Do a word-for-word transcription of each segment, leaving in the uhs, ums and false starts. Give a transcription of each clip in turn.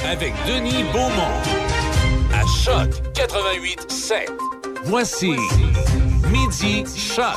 avec Denis Beaumont. À Choc quatre-vingt-huit sept. Voici Midi Choc.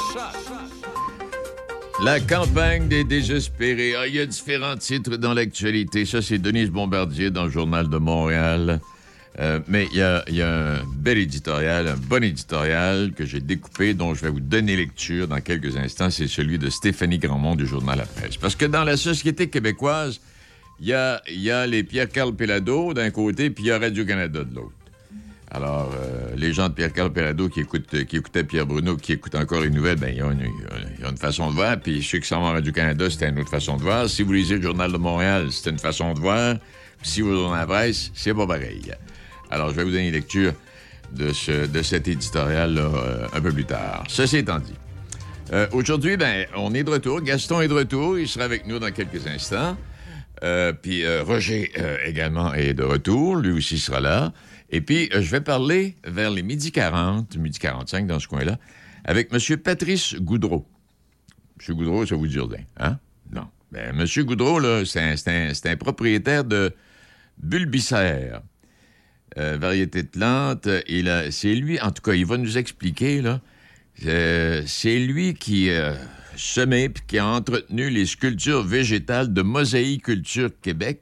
La campagne des désespérés. Ah, il y a différents titres dans l'actualité. Ça, c'est Denise Bombardier dans le Journal de Montréal. Euh, mais il y a, y a un bel éditorial, un bon éditorial que j'ai découpé, dont je vais vous donner lecture dans quelques instants. C'est celui de Stéphanie Grandmont du Journal La Presse. Parce que dans la société québécoise, il y a, y a les Pierre-Carl Péladeau d'un côté, puis il y a Radio-Canada de l'autre. Alors, euh, les gens de Pierre-Carl Péladeau qui, écoutent, qui écoutaient Pierre Bruno, qui écoutent encore les nouvelles, bien, ils ont, une, ils ont une façon de voir. Puis ceux qui s'en vont à Radio-Canada, c'était une autre façon de voir. Si vous lisez le Journal de Montréal, c'est une façon de voir. Puis si vous lisez la presse, c'est pas pareil. Alors, je vais vous donner une lecture de, ce, de cet éditorial-là euh, un peu plus tard. Ceci étant dit, euh, aujourd'hui, ben, on est de retour. Gaston est de retour. Il sera avec nous dans quelques instants. Euh, puis euh, Roger euh, également est de retour. Lui aussi sera là. Et puis, euh, je vais parler vers les midi quarante, midi quarante-cinq dans ce coin-là, avec M. Patrice Goudreau. M. Goudreau, ça vous dit rien, hein? Non. Ben, M. Goudreau, là, c'est un, c'est un, c'est un propriétaire de Bulbicère. Euh, variété de plantes. Il a, c'est lui, en tout cas, il va nous expliquer, là. Euh, c'est lui qui a euh, semé puis qui a entretenu les sculptures végétales de Mosaïculture Québec.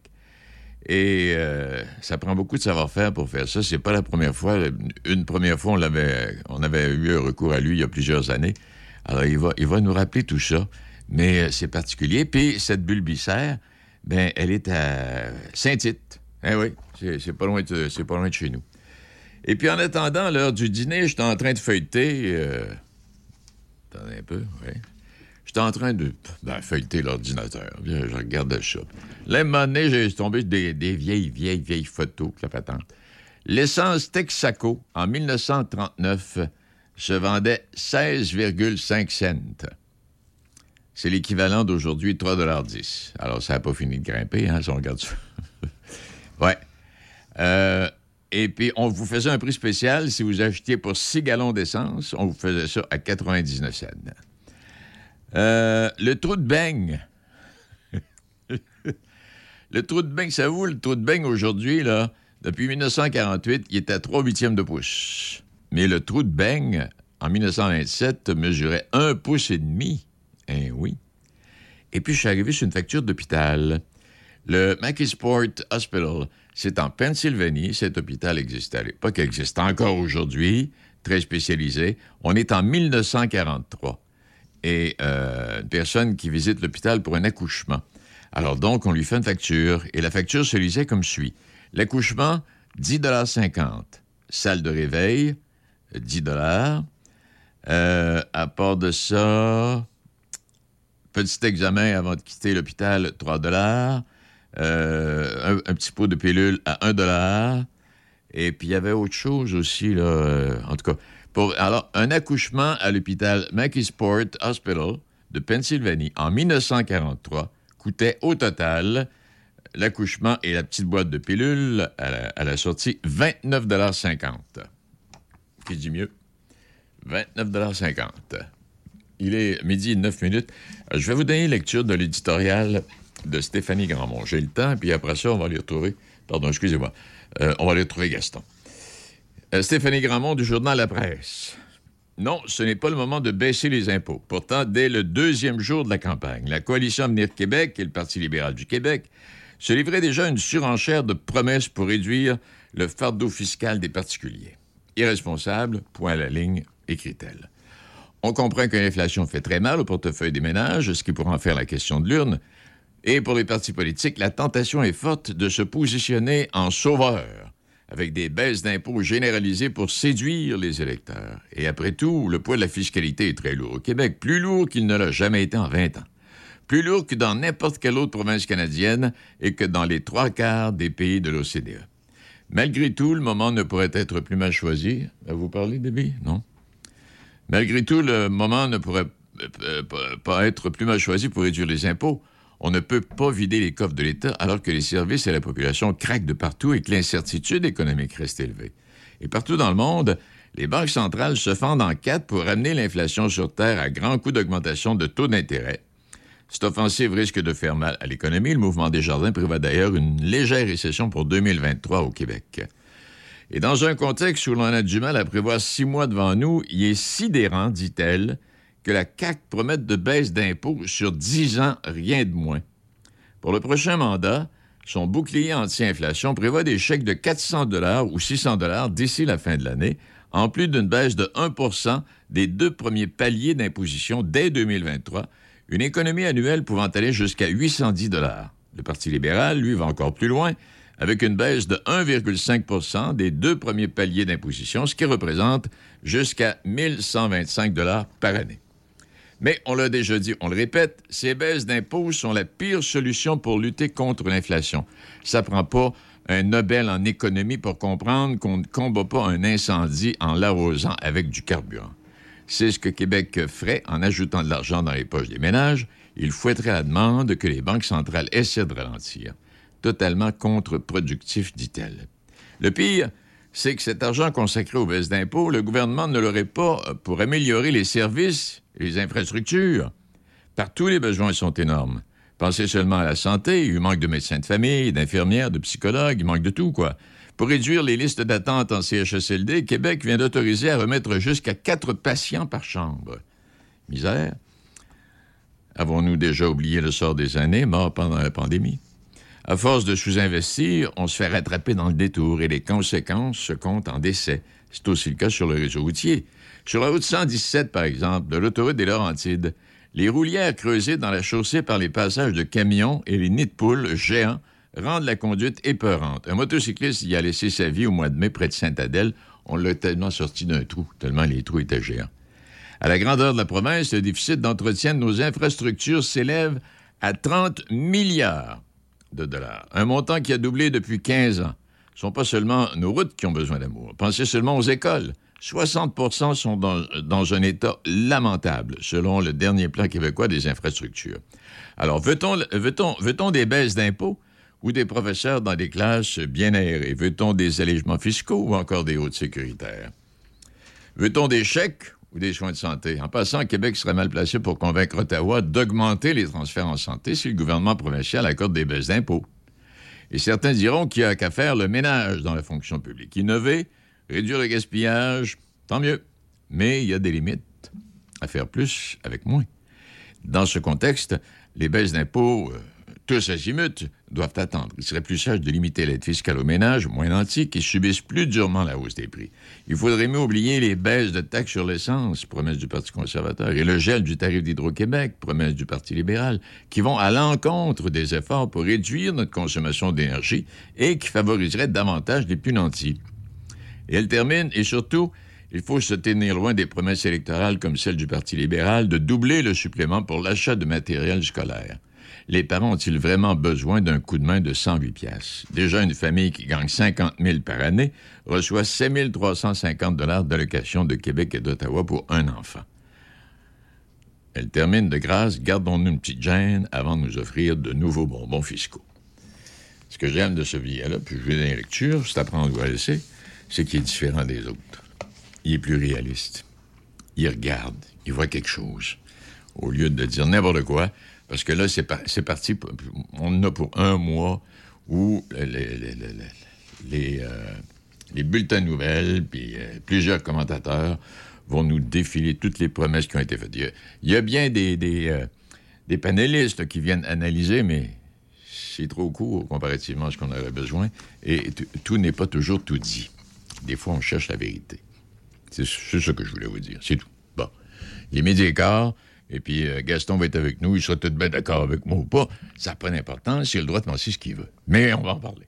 Et euh, ça prend beaucoup de savoir-faire pour faire ça. C'est pas la première fois. Une première fois, on l'avait, on avait eu un recours à lui il y a plusieurs années. Alors, il va, il va nous rappeler tout ça. Mais euh, c'est particulier. Puis, cette bulbicère, ben, elle est à Saint-Tite. Eh oui, c'est, c'est, pas loin de, c'est pas loin de chez nous. Et puis, en attendant l'heure du dîner, j'étais en train de feuilleter... Euh... Attendez un peu, oui. J'étais en train de ben, feuilleter l'ordinateur. Bien, je regardais ça. Là, à un moment donné, j'ai tombé des, des vieilles, vieilles, vieilles photos, la patente. L'essence Texaco, en dix-neuf cent trente-neuf, se vendait seize virgule cinq cents. C'est l'équivalent d'aujourd'hui trois dollars dix. Alors, ça n'a pas fini de grimper, hein, si on regarde ça. Ouais. Euh, et puis, on vous faisait un prix spécial. Si vous achetiez pour six gallons d'essence, on vous faisait ça à quatre-vingt-dix-neuf cents. Euh, le trou de beigne. Le trou de beigne, ça vous, le trou de beigne aujourd'hui, là, depuis dix-neuf cent quarante-huit, il était à trois huitièmes de pouce. Mais le trou de beigne, en dix-neuf cent vingt-sept, mesurait un pouce et demi. Eh oui. Et puis, je suis arrivé sur une facture d'hôpital. Le McKeesport Hospital, c'est en Pennsylvanie. Cet hôpital existait à l'époque, il existe encore aujourd'hui, très spécialisé. On est en dix-neuf cent quarante-trois. Et euh, une personne qui visite l'hôpital pour un accouchement. Alors donc, on lui fait une facture, et la facture se lisait comme suit. L'accouchement, dix dollars cinquante. Salle de réveil, dix dollars. Euh, à part de ça, petit examen avant de quitter l'hôpital, trois dollars. Euh, un, un petit pot de pilule à un dollar. Et puis, il y avait autre chose aussi, là. Euh, en tout cas, pour, alors, un accouchement à l'hôpital McKeesport Hospital de Pennsylvanie en dix-neuf cent quarante-trois coûtait au total, l'accouchement et la petite boîte de pilules à la, à la sortie, vingt-neuf dollars cinquante. Qui dit mieux? vingt-neuf dollars cinquante. Il est midi et neuf minutes. Je vais vous donner lecture de l'éditorial de Stéphanie Grandmont. J'ai le temps, puis après ça, on va aller retrouver... Pardon, excusez-moi. Euh, on va aller retrouver Gaston. Euh, Stéphanie Grandmont du Journal La Presse. Non, ce n'est pas le moment de baisser les impôts. Pourtant, dès le deuxième jour de la campagne, la Coalition Avenir Québec et le Parti libéral du Québec se livraient déjà une surenchère de promesses pour réduire le fardeau fiscal des particuliers. Irresponsable, point à la ligne, écrit-elle. On comprend que l'inflation fait très mal au portefeuille des ménages, ce qui pourra en faire la question de l'urne. Et pour les partis politiques, la tentation est forte de se positionner en sauveur, avec des baisses d'impôts généralisées pour séduire les électeurs. Et après tout, le poids de la fiscalité est très lourd au Québec, plus lourd qu'il ne l'a jamais été en vingt ans. Plus lourd que dans n'importe quelle autre province canadienne et que dans les trois quarts des pays de l'O C D E. Malgré tout, le moment ne pourrait être plus mal choisi. Vous parlez, Déby? Non? Malgré tout, le moment ne pourrait euh, pas être plus mal choisi pour réduire les impôts. On ne peut pas vider les coffres de l'État alors que les services à la population craquent de partout et que l'incertitude économique reste élevée. Et partout dans le monde, les banques centrales se fendent en quatre pour ramener l'inflation sur terre à grands coups d'augmentation de taux d'intérêt. Cette offensive risque de faire mal à l'économie. Le mouvement Desjardins prévoit d'ailleurs une légère récession pour deux mille vingt-trois au Québec. Et dans un contexte où l'on a du mal à prévoir six mois devant nous, il est sidérant, dit-elle, que la C A Q promette de baisse d'impôts sur dix ans, rien de moins. Pour le prochain mandat, son bouclier anti-inflation prévoit des chèques de quatre cents dollars ou six cents dollars d'ici la fin de l'année, en plus d'une baisse de un pour cent des deux premiers paliers d'imposition dès deux mille vingt-trois, une économie annuelle pouvant aller jusqu'à huit cent dix dollars. Le Parti libéral, lui, va encore plus loin, avec une baisse de un virgule cinq pour cent des deux premiers paliers d'imposition, ce qui représente jusqu'à mille cent vingt-cinq dollars par année. Mais on l'a déjà dit, on le répète, ces baisses d'impôts sont la pire solution pour lutter contre l'inflation. Ça ne prend pas un Nobel en économie pour comprendre qu'on ne combat pas un incendie en l'arrosant avec du carburant. C'est ce que Québec ferait en ajoutant de l'argent dans les poches des ménages. Il fouetterait la demande que les banques centrales essaient de ralentir. Totalement contre-productif, dit-elle. Le pire, c'est que cet argent consacré aux baisses d'impôts, le gouvernement ne l'aurait pas pour améliorer les services et les infrastructures. Partout, les besoins sont énormes. Pensez seulement à la santé. Il manque de médecins de famille, d'infirmières, de psychologues. Il manque de tout, quoi. Pour réduire les listes d'attente en C H S L D, Québec vient d'autoriser à remettre jusqu'à quatre patients par chambre. Misère. Avons-nous déjà oublié le sort des aînés morts pendant la pandémie? À force de sous-investir, on se fait rattraper dans le détour et les conséquences se comptent en décès. C'est aussi le cas sur le réseau routier. Sur la route cent dix-sept, par exemple, de l'autoroute des Laurentides, les roulières creusées dans la chaussée par les passages de camions et les nids de poules géants rendent la conduite épeurante. Un motocycliste y a laissé sa vie au mois de mai près de Sainte-Adèle. On l'a tellement sorti d'un trou, tellement les trous étaient géants. À la grandeur de la province, le déficit d'entretien de nos infrastructures s'élève à trente milliards de dollars. Un montant qui a doublé depuis quinze ans. Ce ne sont pas seulement nos routes qui ont besoin d'amour. Pensez seulement aux écoles. soixante pour cent sont dans, dans un état lamentable, selon le dernier plan québécois des infrastructures. Alors, veut-on, veut-on, veut-on des baisses d'impôts ou des professeurs dans des classes bien aérées? Veut-on des allégements fiscaux ou encore des hautes sécuritaires? Veut-on des chèques ou des soins de santé? En passant, Québec serait mal placé pour convaincre Ottawa d'augmenter les transferts en santé si le gouvernement provincial accorde des baisses d'impôts. Et certains diront qu'il n'y a qu'à faire le ménage dans la fonction publique. Innover, réduire le gaspillage, tant mieux. Mais il y a des limites. À faire plus avec moins. Dans ce contexte, les baisses d'impôts, euh, tous azimuts, doivent attendre. Il serait plus sage de limiter l'aide fiscale aux ménages moins nantis qui subissent plus durement la hausse des prix. Il faudrait mieux oublier les baisses de taxes sur l'essence, promesse du Parti conservateur, et le gel du tarif d'Hydro-Québec, promesse du Parti libéral, qui vont à l'encontre des efforts pour réduire notre consommation d'énergie et qui favoriseraient davantage les plus nantis. Et elle termine, et surtout, il faut se tenir loin des promesses électorales comme celle du Parti libéral de doubler le supplément pour l'achat de matériel scolaire. Les parents ont-ils vraiment besoin d'un coup de main de cent huit piastres? Déjà, une famille qui gagne cinquante mille par année reçoit sept mille trois cent cinquante dollars d'allocation de Québec et d'Ottawa pour un enfant. Elle termine de grâce, gardons-nous une petite gêne avant de nous offrir de nouveaux bonbons fiscaux. Ce que j'aime de ce billet-là, puis je vais dans les lectures, c'est apprendre ou à laisser, c'est qu'il est différent des autres. Il est plus réaliste. Il regarde, il voit quelque chose. Au lieu de dire n'importe quoi, parce que là, c'est, par, c'est parti, on en a pour un mois où les, les, les, les, les, euh, les bulletins de nouvelles, puis euh, plusieurs commentateurs vont nous défiler toutes les promesses qui ont été faites. Il y a, il y a bien des, des, euh, des panélistes là, qui viennent analyser, mais c'est trop court comparativement à ce qu'on aurait besoin, et t- tout n'est pas toujours tout dit. Des fois, on cherche la vérité. C'est, c'est ça que je voulais vous dire, c'est tout. Bon, il est midi et quart, et puis euh, Gaston va être avec nous, il sera tout bien d'accord avec moi ou pas. Ça n'a pas d'importance, il a le droit de penser ce qu'il veut. Mais on va en parler.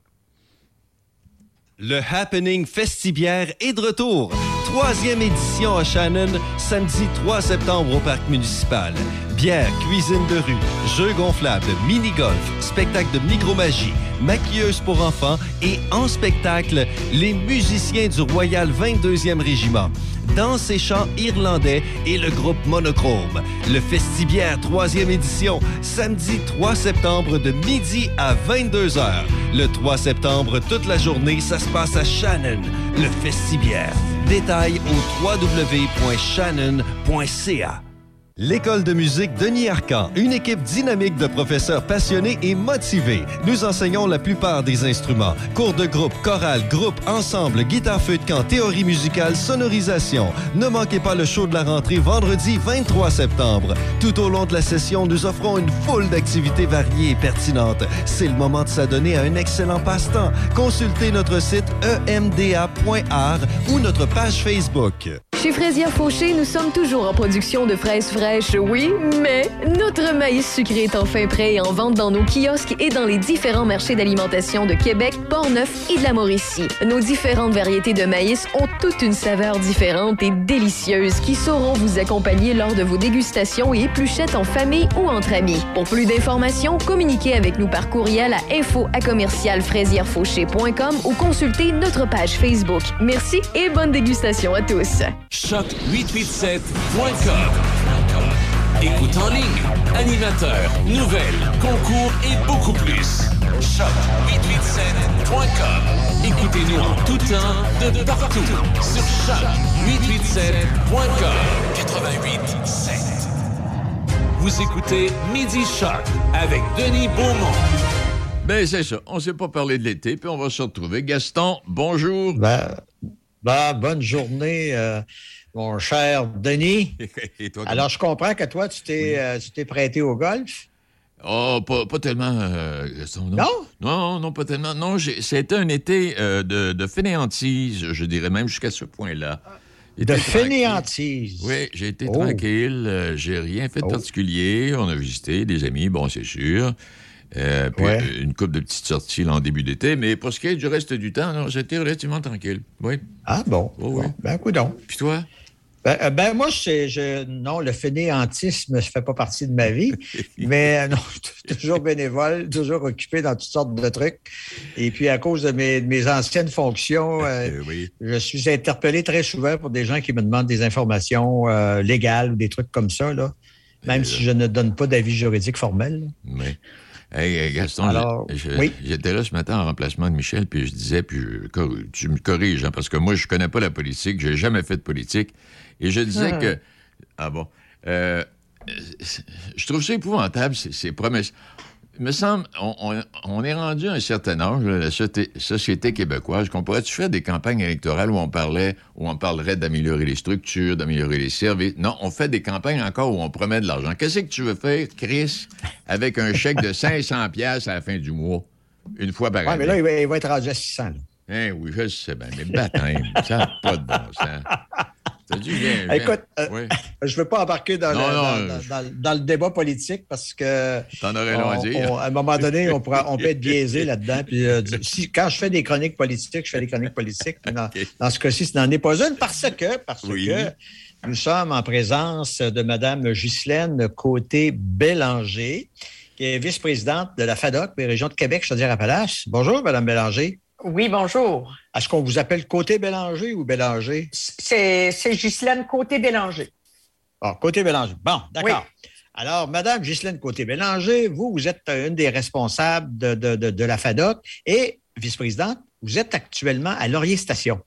Le Happening Festibiaire est de retour. Troisième édition à Shannon, samedi trois septembre au Parc municipal. Bière, cuisine de rue, jeux gonflables, mini-golf, spectacle de micromagie, maquilleuse pour enfants et en spectacle, les musiciens du Royal vingt-deuxième Régiment. Danse et chants irlandais et le groupe Monochrome. Le Festibiaire troisième édition, samedi trois septembre de midi à vingt-deux heures. Le trois septembre, toute la journée, ça se passe à Shannon. Le Festibiaire. Détails au w w w point shannon point c a. L'École de musique Denis Arcand, une équipe dynamique de professeurs passionnés et motivés. Nous enseignons la plupart des instruments. Cours de groupe, chorale, groupe, ensemble, guitare feu de camp, théorie musicale, sonorisation. Ne manquez pas le show de la rentrée vendredi vingt-trois septembre. Tout au long de la session, nous offrons une foule d'activités variées et pertinentes. C'est le moment de s'adonner à un excellent passe-temps. Consultez notre site e m d a point art ou notre page Facebook. Chez Fraisière Fauché, nous sommes toujours en production de fraises fraîches, oui, mais notre maïs sucré est enfin prêt et en vente dans nos kiosques et dans les différents marchés d'alimentation de Québec, Portneuf et de la Mauricie. Nos différentes variétés de maïs ont toute une saveur différente et délicieuse qui sauront vous accompagner lors de vos dégustations et épluchettes en famille ou entre amis. Pour plus d'informations, communiquez avec nous par courriel à info à commercial fraisière fauché point com ou consultez notre page Facebook. Merci et bonne dégustation à tous. choc huit huit sept point com. Écoute en ligne, animateur, nouvelles, concours et beaucoup plus. choc huit huit sept point com. Écoutez-nous en tout temps, de partout, sur choc huit huit sept point com. quatre-vingt-huit sept. Vous écoutez Midi Choc avec Denis Beaumont. Ben, c'est ça. On ne s'est pas parlé de l'été, puis on va se retrouver. Gaston, bonjour. Ben, ben bonne journée, euh, mon cher Denis. Et toi, Alors, je comprends que toi, tu t'es, oui. euh, tu t'es prêté au golf. Oh, pas, pas tellement, euh, Gaston. Non? Non? Non, non, pas tellement. Non, j'ai, c'était un été euh, de, de fainéantise, je dirais même jusqu'à ce point-là. De fainéantise? Oui, j'ai été oh. tranquille. Euh, j'ai rien fait de oh. particulier. On a visité des amis, bon, c'est sûr. Euh, puis ouais. une couple de petites sorties là, en début d'été. Mais pour ce qui est du reste du temps, non, j'étais relativement tranquille. Oui. Ah bon? Oh, bon. oui. Ben, coudonc. Puis toi? Ben, euh, ben moi, je, je, non, le fainéantisme ne fait pas partie de ma vie. mais non, je suis toujours bénévole, toujours occupé dans toutes sortes de trucs. Et puis, à cause de mes, de mes anciennes fonctions, euh, euh, oui. je suis interpellé très souvent pour des gens qui me demandent des informations euh, légales ou des trucs comme ça, là, même euh, si je ne donne pas d'avis juridique formel. Oui. Hey, Gaston, Alors, je, je, oui. j'étais là ce matin en remplacement de Michel, puis je disais, puis je, tu me corriges, hein, parce que moi, je connais pas la politique, j'ai jamais fait de politique, et je disais ah. que... Ah bon? Euh, je trouve ça épouvantable, ces, ces promesses. Il me semble, on, on, on est rendu à un certain âge, là, la société, société québécoise, qu'on pourrait-tu faire des campagnes électorales où on parlait, où on parlerait d'améliorer les structures, d'améliorer les services. Non, on fait des campagnes encore où on promet de l'argent. Qu'est-ce que tu veux faire, Chris, avec un chèque de cinq cents piastres à la fin du mois, une fois par année? Oui, mais là, il va, il va être rendu à six cents. Eh oui, je sais bien, mais baptême, ça n'a pas de bon sens. T'as dit, viens, viens. Écoute, euh, oui. je ne veux pas embarquer dans, non, le, non, dans, je... dans, dans, dans le débat politique parce que T'en aurais long à dire. On, à un moment donné, on, pourra, on peut être biaisé là-dedans. Puis, euh, si, quand je fais des chroniques politiques, je fais des chroniques politiques. Dans, okay. dans ce cas-ci, ce n'en est pas une parce que, parce oui. que nous sommes en présence de Mme Ghislaine Côté-Bélanger, qui est vice-présidente de la FADOC, des régions de Québec, Chaudière-Appalaches. Bonjour, Mme Bélanger. Oui, bonjour. Est-ce qu'on vous appelle Côté-Bélanger ou Bélanger? C'est, c'est Ghislaine Côté-Bélanger. Ah, Côté-Bélanger. Bon, d'accord. Oui. Alors, Madame Ghislaine Côté-Bélanger, vous, vous êtes une des responsables de, de, de, de la FADOC et vice-présidente, vous êtes actuellement à Laurier Station.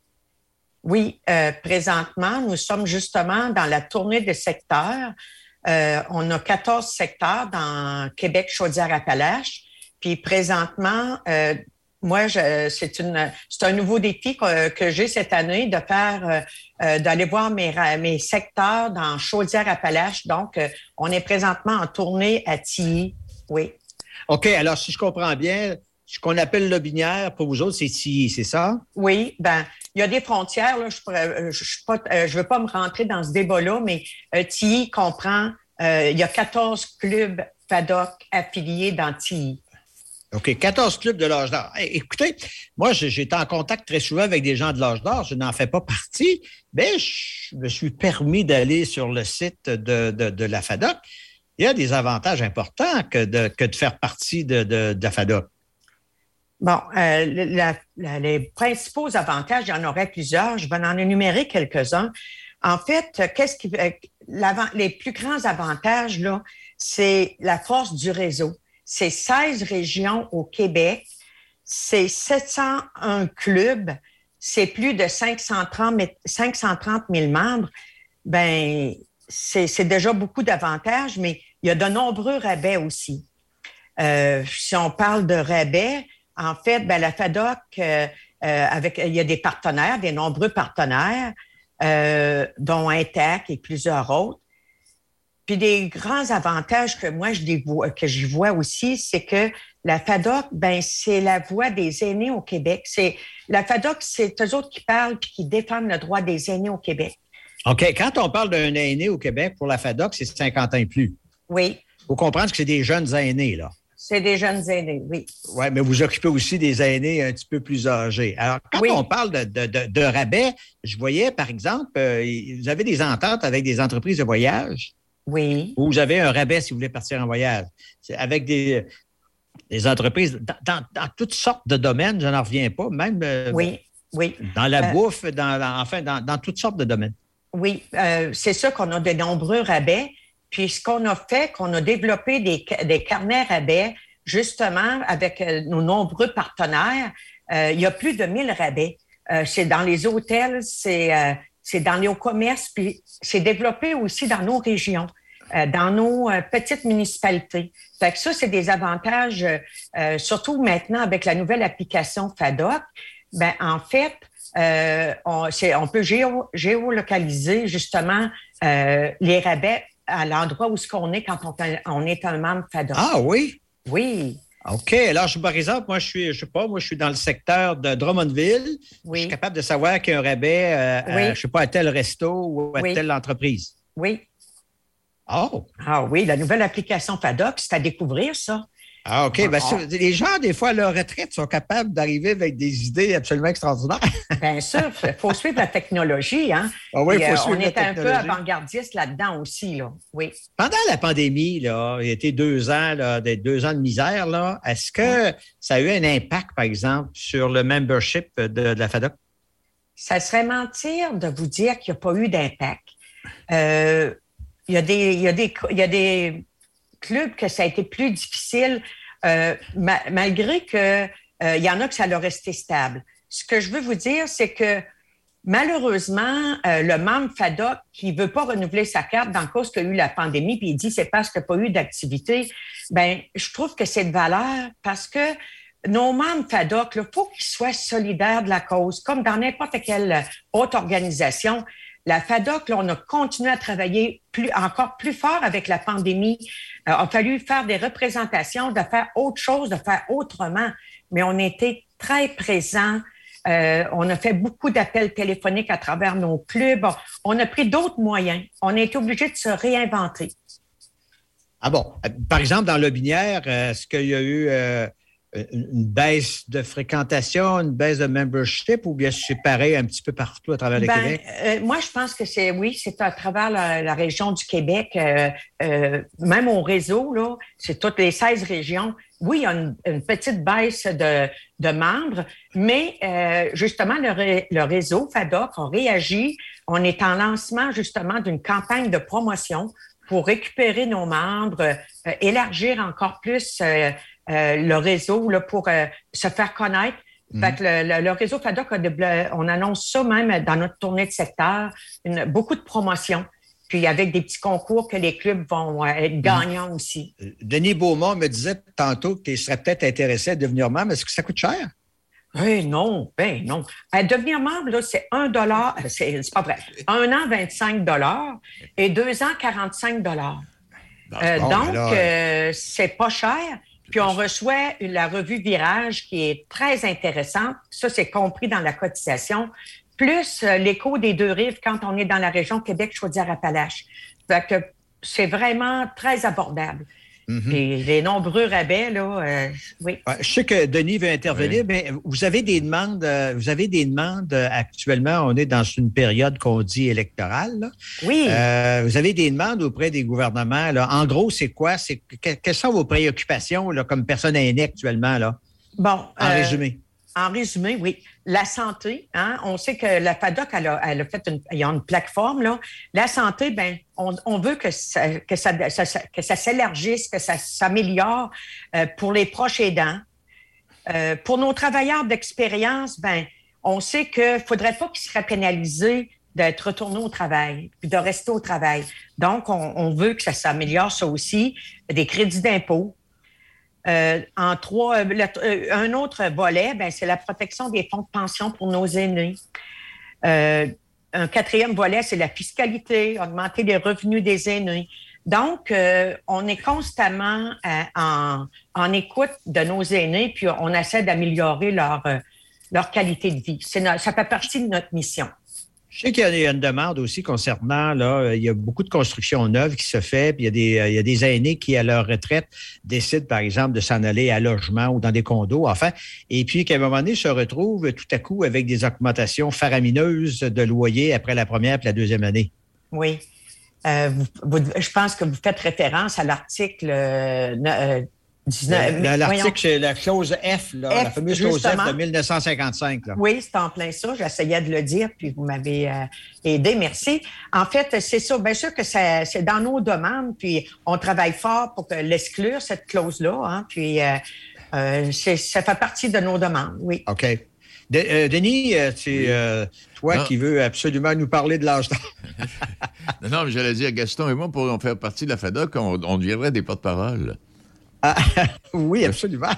Oui, euh, présentement, nous sommes justement dans la tournée des secteurs. Euh, on a quatorze secteurs dans Québec, Chaudière-Appalaches. Puis présentement, euh, moi, je, c'est, une, c'est un nouveau défi que, que j'ai cette année de faire, euh, d'aller voir mes, mes secteurs dans Chaudière-Appalaches. Donc, euh, on est présentement en tournée à Tilly. Oui. OK. Alors, si je comprends bien, ce qu'on appelle Lobinière, pour vous autres, c'est Tilly, c'est ça? Oui. Ben, il y a des frontières. Là, je ne je, je, je veux pas me rentrer dans ce débat-là, mais euh, Tilly comprend, euh, il y a quatorze clubs FADOC affiliés dans Tilly. OK, quatorze clubs de l'âge d'or. Hey, écoutez, moi, j'étais en contact très souvent avec des gens de l'âge d'or. Je n'en fais pas partie, mais je me suis permis d'aller sur le site de, de, de la FADOC. Il y a des avantages importants que de, que de faire partie de, de, de la FADOC. Bon, euh, la, la, les principaux avantages, il y en aurait plusieurs. Je vais en énumérer quelques-uns. En fait, qu'est-ce qui, les plus grands avantages, là, c'est la force du réseau. C'est seize régions au Québec, c'est sept cent un clubs, c'est plus de cinq cent trente mille membres. Ben, c'est, c'est déjà beaucoup d'avantages, mais il y a de nombreux rabais aussi. Euh, si on parle de rabais, en fait, ben, la FADOC, euh, euh, avec, il y a des partenaires, des nombreux partenaires, euh, dont Intac et plusieurs autres. Puis des grands avantages que moi, je vois, que j'y vois aussi, c'est que la FADOC, ben, c'est la voix des aînés au Québec. C'est, la FADOC, c'est eux autres qui parlent puis qui défendent le droit des aînés au Québec. OK. Quand on parle d'un aîné au Québec, pour la FADOC, c'est cinquante ans et plus. Oui. Il faut comprendre que c'est des jeunes aînés, là. C'est des jeunes aînés, oui. Oui, mais vous occupez aussi des aînés un petit peu plus âgés. Alors, quand oui. on parle de, de, de, de rabais, je voyais, par exemple, euh, vous avez des ententes avec des entreprises de voyage. Oui. Ou vous avez un rabais si vous voulez partir en voyage. C'est avec des, des entreprises dans, dans, dans toutes sortes de domaines, je n'en reviens pas, même euh, oui, oui. dans la euh, bouffe, dans, dans, enfin, dans, dans toutes sortes de domaines. Oui, euh, c'est ça qu'on a de nombreux rabais. Puis ce qu'on a fait, qu'on a développé des, des carnets rabais, justement, avec euh, nos nombreux partenaires. Euh, il y a plus de mille rabais. Euh, c'est dans les hôtels, c'est, euh, c'est dans les hauts commerces, puis c'est développé aussi dans nos régions. Euh, dans nos euh, petites municipalités. Fait que ça, c'est des avantages, euh, surtout maintenant avec la nouvelle application FADOC. Ben, en fait, euh, on, c'est, on peut géo, géolocaliser justement euh, les rabais à l'endroit où ce qu'on est quand on, on est un membre FADOC. Ah oui? Oui. OK. Alors, je, par exemple, moi, je suis, je sais pas, moi, je suis dans le secteur de Drummondville. Oui. Je suis capable de savoir qu'il y a un rabais, euh, oui. à, je sais pas, à tel resto ou à oui. telle entreprise. Oui. Oh! Ah oui, la nouvelle application FADOC, c'est à découvrir, ça. Ah, OK. Ah, ben, ah. Les gens, des fois, à leur retraite, sont capables d'arriver avec des idées absolument extraordinaires. Bien sûr, il faut suivre la technologie. Hein? Ah oui, il faut euh, suivre on la est technologie. un peu avant-gardiste là-dedans aussi, là. Oui. Pendant la pandémie, là, il y a été deux ans, là, des deux ans de misère, là. Est-ce que oui. ça a eu un impact, par exemple, sur le membership de, de la FADOC? Ça serait mentir de vous dire qu'il n'y a pas eu d'impact. Euh, Il y a des, il y a des, il y a des clubs que ça a été plus difficile, euh, ma, malgré que euh, il y en a que ça l'a resté stable. Ce que je veux vous dire, c'est que malheureusement, euh, le membre FADOC qui veut pas renouveler sa carte dans le cause qu'il y a eu la pandémie, puis il dit c'est parce qu'il n'y a pas eu d'activité, ben je trouve que c'est de valeur parce que nos membres FADOC, il faut qu'ils soient solidaires de la cause, comme dans n'importe quelle autre organisation. La FADOC, là, on a continué à travailler plus, encore plus fort avec la pandémie. Euh, il a fallu faire des représentations, de faire autre chose, de faire autrement. Mais on était très présents. Euh, on a fait beaucoup d'appels téléphoniques à travers nos clubs. On a pris d'autres moyens. On a été obligé de se réinventer. Ah bon? Par exemple, dans Lobinière, est-ce qu'il y a eu... Euh... une baisse de fréquentation, une baisse de membership ou bien c'est pareil un petit peu partout à travers le ben, Québec? Euh, moi, je pense que c'est, oui, c'est à travers la, la région du Québec, euh, euh, même au réseau, là, c'est toutes les seize régions. Oui, il y a une, une petite baisse de, de membres, mais euh, justement, le, ré, le réseau FADOC a réagi. On est en lancement justement d'une campagne de promotion pour récupérer nos membres, euh, élargir encore plus euh, Euh, le réseau là, pour euh, se faire connaître. Mmh. Fait que le, le, le réseau FADOC, a de, on annonce ça même dans notre tournée de secteur, une, beaucoup de promotions, puis avec des petits concours que les clubs vont euh, être gagnants mmh. aussi. Denis Beaumont me disait tantôt qu'il serait peut-être intéressé à devenir membre. Est-ce que ça coûte cher? Eh non, ben non. À devenir membre, là, c'est un dollar, c'est, c'est pas vrai, un an, vingt-cinq dollars et deux ans, quarante-cinq dollars. Euh, bon, donc, là, euh, c'est pas cher. Puis on reçoit la revue Virage qui est très intéressante. Ça, c'est compris dans la cotisation. Plus euh, l'écho des deux rives quand on est dans la région Québec-Chaudière-Appalaches. Fait que c'est vraiment très abordable. Mm-hmm. Et les nombreux rabais, là, euh, oui. Je sais que Denis veut intervenir, oui. mais vous avez des demandes, vous avez des demandes actuellement, on est dans une période qu'on dit électorale. Là. Oui. Euh, vous avez des demandes auprès des gouvernements. Là. En gros, c'est quoi? C'est, que, quelles sont vos préoccupations là, comme personne aînée actuellement? Là? Bon. En euh, résumé. En résumé, oui. La santé, hein, on sait que la FADOC, elle a, elle a fait une, il y a une plateforme, là. La santé, ben, on, on veut que ça, que ça, ça, que ça s'élargisse, que ça s'améliore euh, pour les proches aidants. Euh, pour nos travailleurs d'expérience, ben, on sait qu'il ne faudrait pas qu'ils seraient pénalisés d'être retourné au travail, puis de rester au travail. Donc, on, on veut que ça s'améliore, ça aussi, des crédits d'impôt. Euh, en trois, le, euh, un autre volet, ben, c'est la protection des fonds de pension pour nos aînés. Euh, un quatrième volet, c'est la fiscalité, augmenter les revenus des aînés. Donc, euh, on est constamment euh, en, en écoute de nos aînés, puis on essaie d'améliorer leur, euh, leur qualité de vie. C'est no- ça fait partie de notre mission. Je sais qu'il y a une demande aussi concernant, là, il y a beaucoup de constructions neuves qui se fait, puis il y a des, il y a des aînés qui, à leur retraite, décident, par exemple, de s'en aller à logement ou dans des condos, enfin, et puis qu'à un moment donné, se retrouvent tout à coup avec des augmentations faramineuses de loyer après la première et la deuxième année. Oui. Euh, vous, vous, je pense que vous faites référence à l'article euh, euh, dix-neuf. Le, l'article, c'est la clause F, là, F, la fameuse clause justement. F de mille neuf cent cinquante-cinq. Là. Oui, c'est en plein ça. J'essayais de le dire, puis vous m'avez euh, aidé. Merci. En fait, c'est ça. Bien sûr que ça, c'est dans nos demandes, puis on travaille fort pour l'exclure, cette clause-là. Hein, puis euh, euh, c'est, ça fait partie de nos demandes, oui. OK. De, euh, Denis, euh, c'est Oui. euh, toi Non. qui veux absolument nous parler de l'âge d'or. Non, non, mais j'allais dire, Gaston et moi, pour faire partie de la FADOC, on, on deviendrait des porte-parole. Ah, oui, absolument.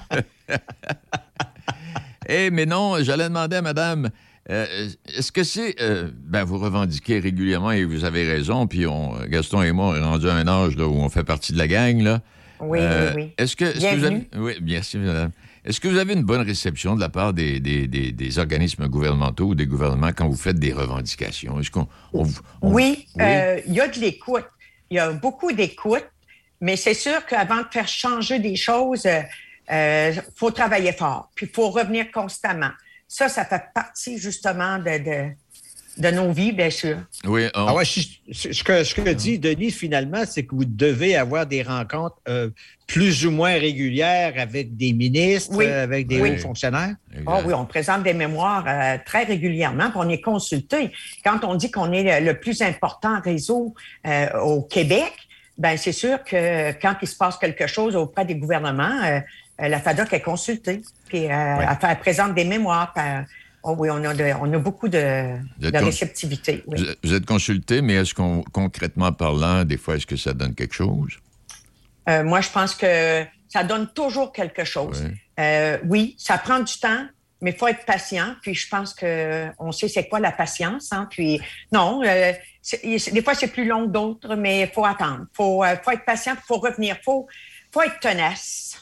Eh, mais non, j'allais demander à madame, euh, est-ce que c'est... Euh, ben, vous revendiquez régulièrement, et vous avez raison, puis on, Gaston et moi, on est rendu à un âge là, où on fait partie de la gang, là. Oui, Euh, oui, oui. Est-ce que, est-ce que vous avez... Bienvenue. Oui, merci, madame. Est-ce que vous avez une bonne réception de la part des, des, des, des organismes gouvernementaux ou des gouvernements quand vous faites des revendications? Est-ce qu'on... on vous- on- Oui, euh, il y a de l'écoute. Il y a beaucoup d'écoute, mais c'est sûr qu'avant de faire changer des choses, il euh, euh, faut travailler fort, puis il faut revenir constamment. Ça, ça fait partie justement de, de, de nos vies, bien sûr. Oui, on- Ah ouais, je- je- ce que, ce que dit Denis, finalement, c'est que vous devez avoir des rencontres euh, plus ou moins régulières avec des ministres, Oui. euh, avec des Oui. hauts fonctionnaires. exact. Ah oui, on présente des mémoires euh, très régulièrement, puis on est consulté. Quand on dit qu'on est le, le plus important réseau euh, au Québec, ben c'est sûr que quand il se passe quelque chose auprès des gouvernements, euh, euh, la FADOC est consultée, puis euh, Ouais. elle, fait- elle présente des mémoires. puis, euh, oh oui, on a, de- on a beaucoup de, Vous êtes de con- réceptivité. Oui. Vous êtes- Vous êtes consulté, mais est-ce qu'on, concrètement parlant, des fois, est-ce que ça donne quelque chose? Euh, moi, je pense que ça donne toujours quelque chose. Ouais. Euh, oui, ça prend du temps, mais il faut être patient. Puis je pense que on sait c'est quoi la patience. Hein? Puis non, euh, c'est- c'est- des fois c'est plus long que d'autres, mais il faut attendre. Il faut, euh, faut être patient, il faut revenir, il faut, faut être tenace.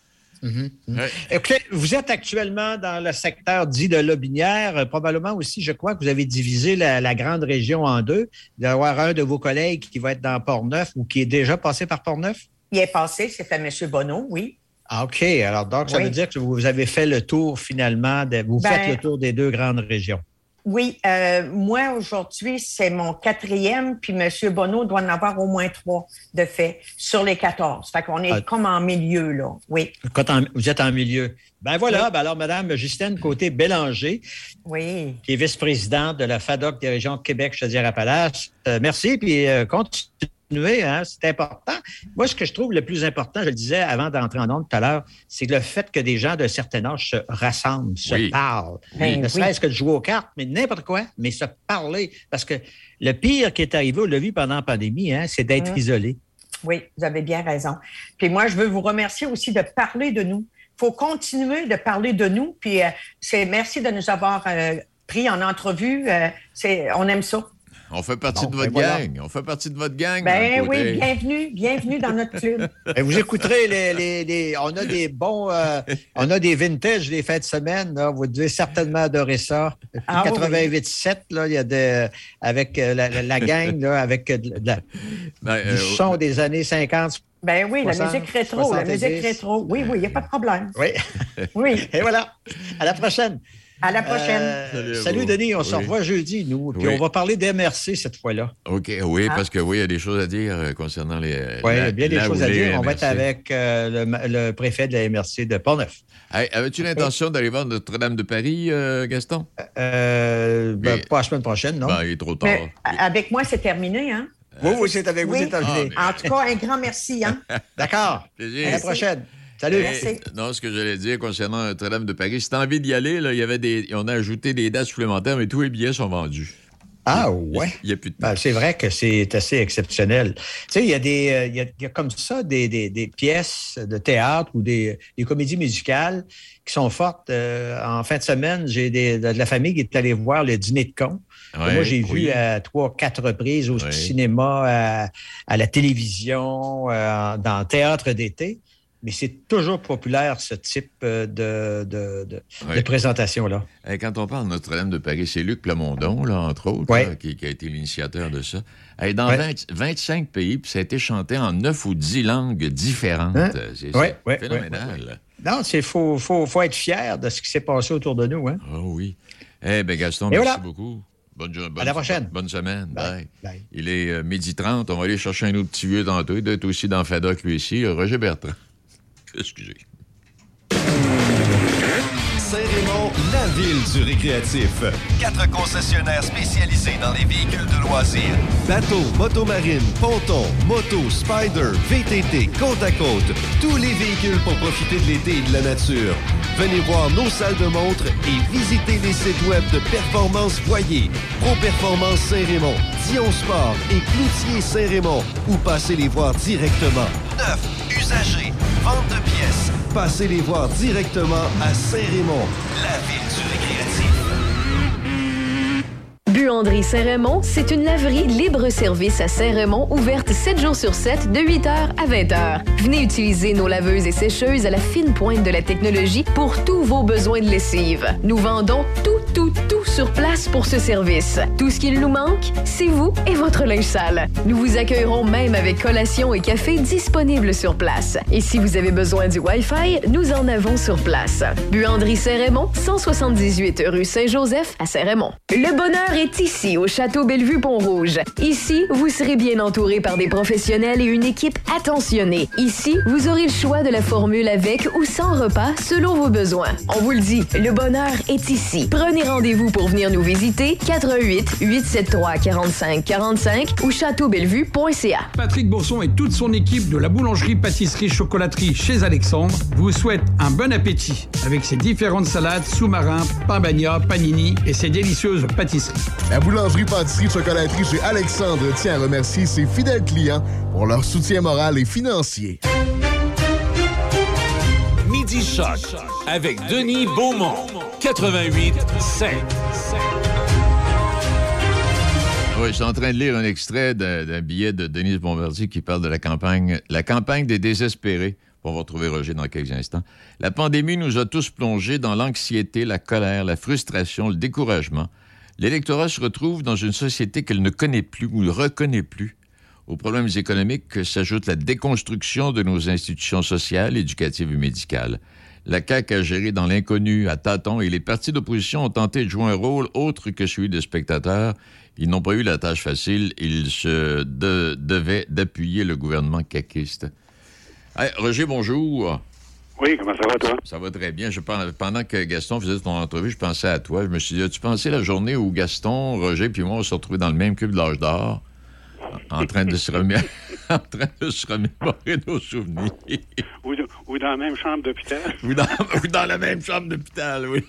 Ouais. Écoutez, vous êtes actuellement dans le secteur dit de Lotbinière. Euh, probablement aussi, je crois que vous avez divisé la, la grande région en deux. D'avoir un de vos collègues qui va être dans Port-Neuf ou qui est déjà passé par Port-Neuf? Il est passé, c'était M. Bonneau, oui. Ah, OK. Alors, donc, ça Oui. veut dire que vous avez fait le tour, finalement, de, vous Ben, faites le tour des deux grandes régions. Oui, euh, moi, aujourd'hui, c'est mon quatrième, puis M. Bonneau doit en avoir au moins trois de fait sur les quatorze. Fait qu'on est Ah. comme en milieu, là. Oui, Quand en- vous êtes en milieu. Ben voilà, Oui. ben alors, Mme Justine Côté-Bélanger, oui. qui est vice-présidente de la FADOC des régions de Québec, Chaudière-Appalaches. Euh, merci, puis euh, continuez, hein, c'est important. Moi, ce que je trouve le plus important, je le disais avant d'entrer en ondes tout à l'heure, c'est le fait que des gens d'un certain âge se rassemblent, se Oui. parlent. Ben ne oui. serait-ce que de jouer aux cartes, mais n'importe quoi, mais se parler. Parce que le pire qui est arrivé, on l'a vu pendant la pandémie, hein, c'est d'être Mmh. isolé. Oui, vous avez bien raison. Puis moi, je veux vous remercier aussi de parler de nous. Il faut continuer de parler de nous. Puis euh, c'est merci de nous avoir euh, pris en entrevue. Euh, c'est, on aime ça. On fait partie Bon, de votre ben voilà. gang. On fait partie de votre gang. Ben Mme Côté. oui, bienvenue, bienvenue dans notre club. Et vous écouterez les, les, les- on a des bons, euh, on a des vintage des fins de semaine. Là. Vous devez certainement adorer ça. Depuis Ah oui. quatre-vingt-huit sept, là, il y a de, avec euh, la, la- la gang, là, avec euh, de la- Ben, euh, du son des années cinquante. Ben oui, soixante, la musique rétro, la soixante-dix. musique rétro. Oui, oui, il n'y a pas de problème. Oui. Oui, Et voilà. À la prochaine. à la prochaine. Euh, Salut à salut, vous. Denis. On se Oui. revoit jeudi, nous. Puis Oui. on va parler d'M R C cette fois-là. OK, oui, Ah. parce que oui, il y a des choses à dire euh, concernant les... Oui, la- bien des la choses ou à les dire. On va M R C. être avec euh, le, le préfet de la M R C de Port-Neuf. Hey, avais-tu l'intention d'aller voir Notre-Dame de Paris, euh, Gaston? Euh, ben, Mais- pas la semaine prochaine, non? Ben, il est trop tard. Mais a- avec moi, c'est terminé, hein? oui, oui, c'est avec vous, Oui. c'est terminé. Ah, En tout cas, un grand merci, hein? D'accord. Plaisir. À la prochaine. Salut. Et- Merci. non, ce que j'allais dire concernant Notre-Dame de Paris, si t'as envie d'y aller, là, il y avait des, on a ajouté des dates supplémentaires, mais tous les billets sont vendus. Ah ouais? Il n'y a plus de ben, c'est vrai que c'est assez exceptionnel. Tu sais, il y a des, euh, il y a, il y a comme ça des, des, des pièces de théâtre ou des, des comédies musicales qui sont fortes. Euh, en fin de semaine, j'ai des, de la famille qui est allée voir le Dîner de con. Ouais, moi, j'ai oui. vu à trois, quatre reprises au ouais. cinéma, à, à la télévision, à, dans le théâtre d'été. Mais c'est toujours populaire, ce type de, de, de, oui. de présentation-là. Et quand on parle de Notre-Dame de Paris, c'est Luc Plamondon, là, entre autres, oui. là, qui, qui a été l'initiateur de ça. Et dans oui. vingt, vingt-cinq pays, puis ça a été chanté en neuf ou dix langues différentes. Hein? C'est, oui, c'est oui, phénoménal. Oui, oui. Non, il faut, faut, faut être fier de ce qui s'est passé autour de nous. Hein? Oh oui. Eh bien, Gaston, Et merci voilà. beaucoup. Bonne, bonne, à la prochaine. Bonne semaine. Bye. Bye. Il est euh, midi trente. On va aller chercher un autre petit vieux tantôt. Il doit être aussi dans Fadac, lui ici. Roger Bertrand. Excusez. Saint-Raymond, la ville du récréatif. Quatre concessionnaires spécialisés dans les véhicules de loisirs. Bateaux, motomarine, ponton, moto, spider, V T T, côte à côte. Tous les véhicules pour profiter de l'été et de la nature. Venez voir nos salles de montre et visitez les sites web de Performance Voyer, Pro Performance Saint-Raymond, Dion Sport et Cloutier Saint-Raymond. Ou passez les voir directement. Neuf, usagers, vente de pièces. Passez les voir directement à Saint-Raymond, la ville du récréatif. Buanderie Saint-Raymond, c'est une laverie libre-service à Saint-Raymond, ouverte sept jours sur sept, de huit heures à vingt heures. Venez utiliser nos laveuses et sécheuses à la fine pointe de la technologie pour tous vos besoins de lessive. Nous vendons tout, tout, tout sur place pour ce service. Tout ce qu'il nous manque, c'est vous et votre linge sale. Nous vous accueillerons même avec collation et café disponibles sur place. Et si vous avez besoin du Wi-Fi, nous en avons sur place. Buanderie Saint-Raymond, cent soixante-dix-huit rue Saint-Joseph à Saint-Raymond. Le bonheur est ici, au Château Bellevue-Pont-Rouge. Ici, vous serez bien entouré par des professionnels et une équipe attentionnée. Ici, vous aurez le choix de la formule avec ou sans repas selon vos besoins. On vous le dit, le bonheur est ici. Prenez rendez-vous pour venir nous visiter. quatre un huit, huit sept trois, quarante-cinq quarante-cinq ou château bellevue point c a. Patrick Bourson et toute son équipe de la boulangerie, pâtisserie, chocolaterie chez Alexandre vous souhaitent un bon appétit avec ses différentes salades, sous-marins, pain bagna, panini et ses délicieuses pâtisseries. La boulangerie, pâtisserie, chocolaterie chez Alexandre tient à remercier ses fidèles clients pour leur soutien moral et financier. Midi Choc avec Denis Beaumont, quatre-vingt-huit sept. Oui, je suis en train de lire un extrait d'un, d'un billet de Denise Bombardier qui parle de la campagne, la campagne des désespérés. On va retrouver Roger dans quelques instants. La pandémie nous a tous plongés dans l'anxiété, la colère, la frustration, le découragement. L'électorat se retrouve dans une société qu'elle ne connaît plus ou ne reconnaît plus. Aux problèmes économiques s'ajoute la déconstruction de nos institutions sociales, éducatives et médicales. La C A Q a géré dans l'inconnu, à tâtons, et les partis d'opposition ont tenté de jouer un rôle autre que celui de spectateurs. Ils n'ont pas eu la tâche facile. Ils se de, devaient d'appuyer le gouvernement caquiste. Hey, Roger, bonjour. Oui, comment ça va, toi? Ça va très bien. Je, pendant que Gaston faisait ton entrevue, je pensais à toi. Je me suis dit, as-tu pensé la journée où Gaston, Roger puis moi, on s'est retrouvés dans le même cube de l'âge d'or, en train de se remettre, en train de se remémorer nos souvenirs. Ou, ou dans la même chambre d'hôpital. ou, dans, ou dans la même chambre d'hôpital, oui.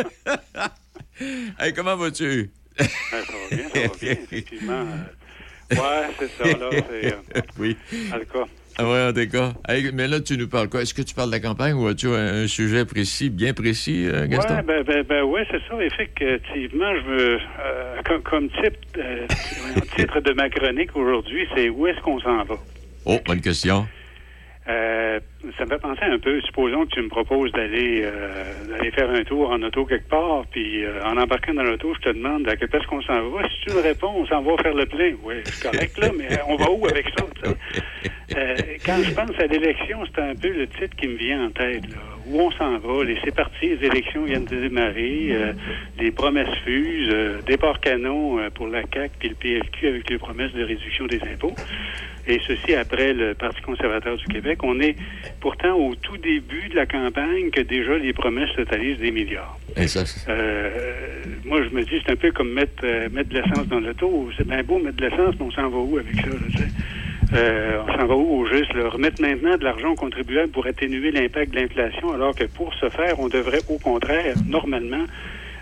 Hey, comment vas-tu? Ben, ça va bien, ça va bien, effectivement. Euh, ouais, c'est ça, là. C'est, euh, oui. En tout cas. Ah oui, en tout cas. Hey, mais là, tu nous parles quoi? Est-ce que tu parles de la campagne ou as-tu un, un sujet précis, bien précis, euh, Gaston? Oui, ben, ben, ben, ouais, c'est ça. Effectivement, je veux, euh, comme, comme type, euh, titre de ma chronique aujourd'hui, c'est où est-ce qu'on s'en va? Oh, bonne question. Euh, ça me fait penser un peu, supposons que tu me proposes d'aller euh, d'aller faire un tour en auto quelque part, puis euh, en embarquant dans l'auto, je te demande à quelle place qu'on s'en va. Si tu me réponds, on s'en va faire le plein. Oui, c'est correct, là, mais on va où avec ça? Euh, quand je pense à l'élection, c'est un peu le titre qui me vient en tête, là. Où on s'en va? Les, c'est parti, les élections viennent de démarrer, euh, les promesses fusent, euh, départ canon euh, pour la C A Q puis le P L Q avec les promesses de réduction des impôts. Et ceci après le Parti conservateur du Québec. On est pourtant au tout début de la campagne que déjà les promesses totalisent des milliards. Et ça, c'est... Euh, moi, je me dis, c'est un peu comme mettre, euh, mettre de l'essence dans l'auto. C'est bien beau mettre de l'essence, mais on s'en va où avec ça, là, tu sais? Euh, on s'en va où au juste? Là? Remettre maintenant de l'argent aux contribuables pour atténuer l'impact de l'inflation, alors que pour ce faire, on devrait au contraire, normalement,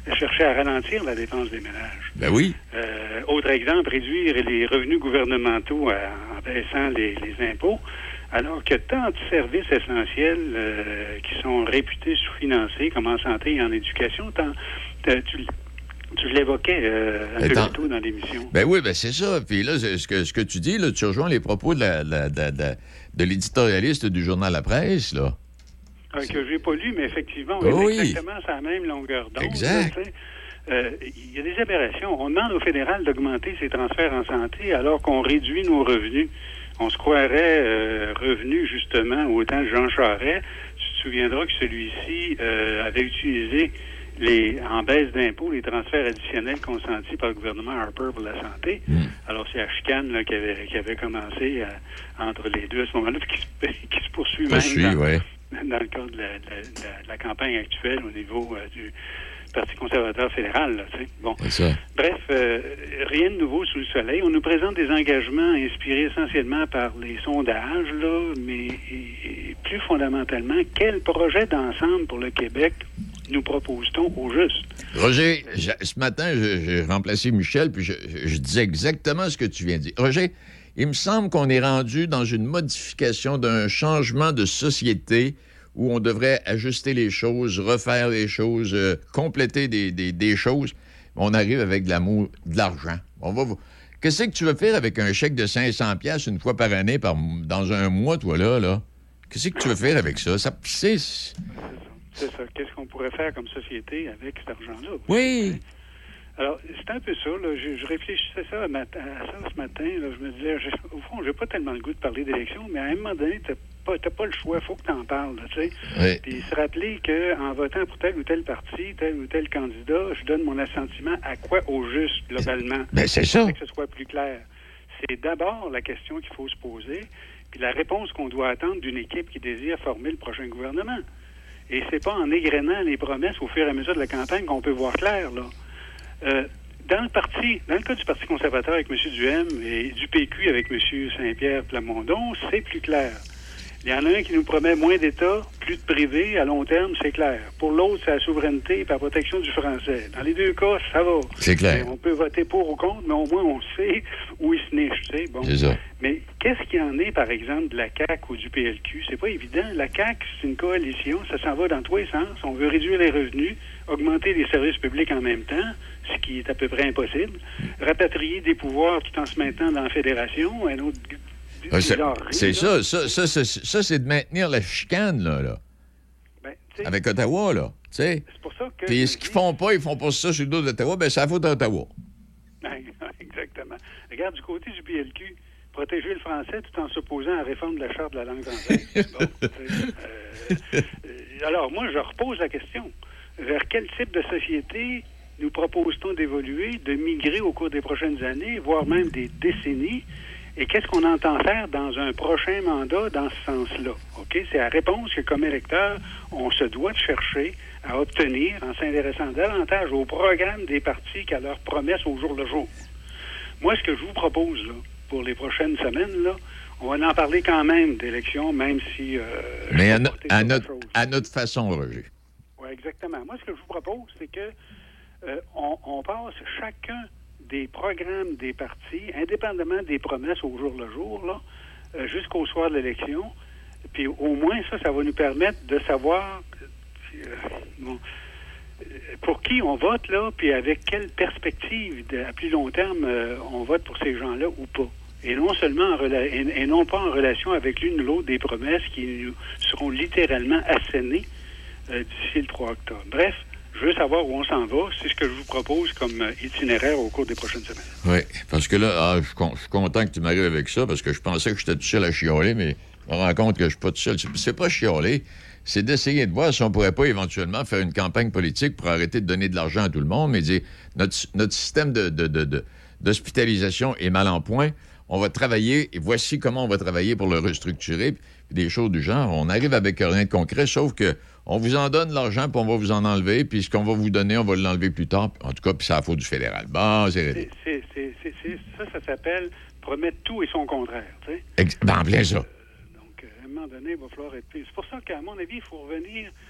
cherchait à ralentir la dépense des ménages. Ben oui. Euh, autre exemple, réduire les revenus gouvernementaux en baissant les, les impôts, alors que tant de services essentiels euh, qui sont réputés sous-financés, comme en santé et en éducation, tant, tu, tu l'évoquais euh, un peu plus tôt dans l'émission. Ben oui, ben c'est ça. Puis là, ce que, ce que tu dis, là, tu rejoins les propos de, la, la, de, de, de l'éditorialiste du journal La Presse, là. Euh, que je n'ai pas lu, mais effectivement, oh, on est oui. exactement sur la même longueur d'onde. Exact. Là, euh, il y a des aberrations. On demande au fédéral d'augmenter ses transferts en santé alors qu'on réduit nos revenus. On se croirait euh, revenu, justement, au temps de Jean Charest. Tu te souviendras que celui-ci euh, avait utilisé les, en baisse d'impôts les transferts additionnels consentis par le gouvernement Harper pour la santé. Mm. Alors, c'est la chicane là, qui, avait, qui avait commencé euh, entre les deux à ce moment-là, puis qui, se, qui se poursuit Poursuit, même dans, ouais. dans le cadre de la, de la, de la, de la campagne actuelle au niveau euh, du Parti conservateur fédéral. Là, bon. Bref, euh, rien de nouveau sous le soleil. On nous présente des engagements inspirés essentiellement par les sondages, là, mais et, et plus fondamentalement, quel projet d'ensemble pour le Québec nous propose-t-on au juste? Roger, je, ce matin, j'ai remplacé Michel, puis je, je disais exactement ce que tu viens de dire. Roger, il me semble qu'on est rendu dans une modification d'un changement de société où on devrait ajuster les choses, refaire les choses, euh, compléter des, des, des choses. On arrive avec de l'amour, de l'argent. On va vous... Qu'est-ce que tu veux faire avec un chèque de cinq cents dollars une fois par année, par, dans un mois, toi, là? là? Qu'est-ce que tu veux faire avec ça? Ça c'est... C'est ça. Qu'est-ce qu'on pourrait faire comme société avec cet argent-là? Oui. Alors, c'est un peu ça. Là. Je, je réfléchissais ça à, mat- à ça ce matin. Là. Je me disais, je, au fond, j'ai pas tellement le goût de parler d'élection, mais à un moment donné, t'as pas, t'as pas le choix. Il faut que tu en parles. Tu sais. Oui. Puis se rappeler qu'en votant pour tel ou tel parti, tel ou tel candidat, je donne mon assentiment à quoi au juste, globalement. Ben, c'est ça. Que ce soit plus clair. C'est d'abord la question qu'il faut se poser, puis la réponse qu'on doit attendre d'une équipe qui désire former le prochain gouvernement. Et c'est pas en égrenant les promesses au fur et à mesure de la campagne qu'on peut voir clair, là. Euh, dans le parti, dans le cas du Parti conservateur avec M. Duhem et du P Q avec M. Saint-Pierre Plamondon, c'est plus clair. Il y en a un qui nous promet moins d'État, plus de privé, à long terme, c'est clair. Pour l'autre, c'est la souveraineté et la protection du français. Dans les deux cas, ça va. C'est clair. Mais on peut voter pour ou contre, mais au moins on sait où il se niche, tu sais. Bon. C'est ça. Mais qu'est-ce qu'il y en est, par exemple, de la C A Q ou du P L Q? C'est pas évident. La C A Q, c'est une coalition, ça s'en va dans tous les sens. On veut réduire les revenus, augmenter les services publics en même temps, ce qui est à peu près impossible, rapatrier des pouvoirs tout en se maintenant dans la fédération, un autre... Ah, c'est c'est ça, ça, ça, ça, ça c'est de maintenir la chicane, là, là. Ben, avec Ottawa, là, tu sais. C'est pour ça que... Puis ce qu'ils font pas, ils font pas ça sur le dos d'Ottawa, bien, c'est la faute d'Ottawa. Exactement. Regarde, du côté du P L Q, protéger le français tout en s'opposant à la réforme de la Charte de la langue française. Bon, euh, euh, alors, moi, je repose la question. Vers quel type de société nous propose-t-on d'évoluer, de migrer au cours des prochaines années, voire même des décennies? Et qu'est-ce qu'on entend faire dans un prochain mandat dans ce sens-là? OK? C'est la réponse que, comme électeur, on se doit de chercher à obtenir en s'intéressant davantage au programme des partis qu'à leurs promesses au jour le jour. Moi, ce que je vous propose, là, pour les prochaines semaines, là, on va en parler quand même d'élections, même si... Euh, Mais à, no- à, notre, à notre façon, Roger. Oui, exactement. Moi, ce que je vous propose, c'est que euh, on, on passe chacun des programmes des partis, indépendamment des promesses au jour le jour, là, euh, jusqu'au soir de l'élection. Puis au moins, ça, ça va nous permettre de savoir euh, bon, pour qui on vote, là, puis avec quelle perspective de, à plus long terme euh, on vote pour ces gens-là ou pas. Et non seulement en rela- et, et non pas en relation avec l'une ou l'autre des promesses qui nous seront littéralement assénées euh, d'ici le trois octobre. Bref, je veux savoir où on s'en va. C'est ce que je vous propose comme euh, itinéraire au cours des prochaines semaines. Oui, parce que là, ah, je, je suis content que tu m'arrives avec ça, parce que je pensais que j'étais tout seul à chialer, mais je me rends compte que je suis pas tout seul. C'est, c'est pas chialer, c'est d'essayer de voir si on pourrait pas éventuellement faire une campagne politique pour arrêter de donner de l'argent à tout le monde, mais dire notre, notre système de, de, de, de, d'hospitalisation est mal en point. On va travailler, et voici comment on va travailler pour le restructurer, puis des choses du genre. On arrive avec rien de concret, sauf que on vous en donne l'argent, puis on va vous en enlever, puis ce qu'on va vous donner, on va l'enlever plus tard. En tout cas, puis c'est la faute du fédéral. Bon, c'est réglé. C'est, c'est, c'est, c'est, ça, ça s'appelle promettre tout et son contraire, tu sais. Ex- ben, en plein ça. Euh, donc, à un moment donné, il va falloir être... C'est pour ça qu'à mon avis, il faut revenir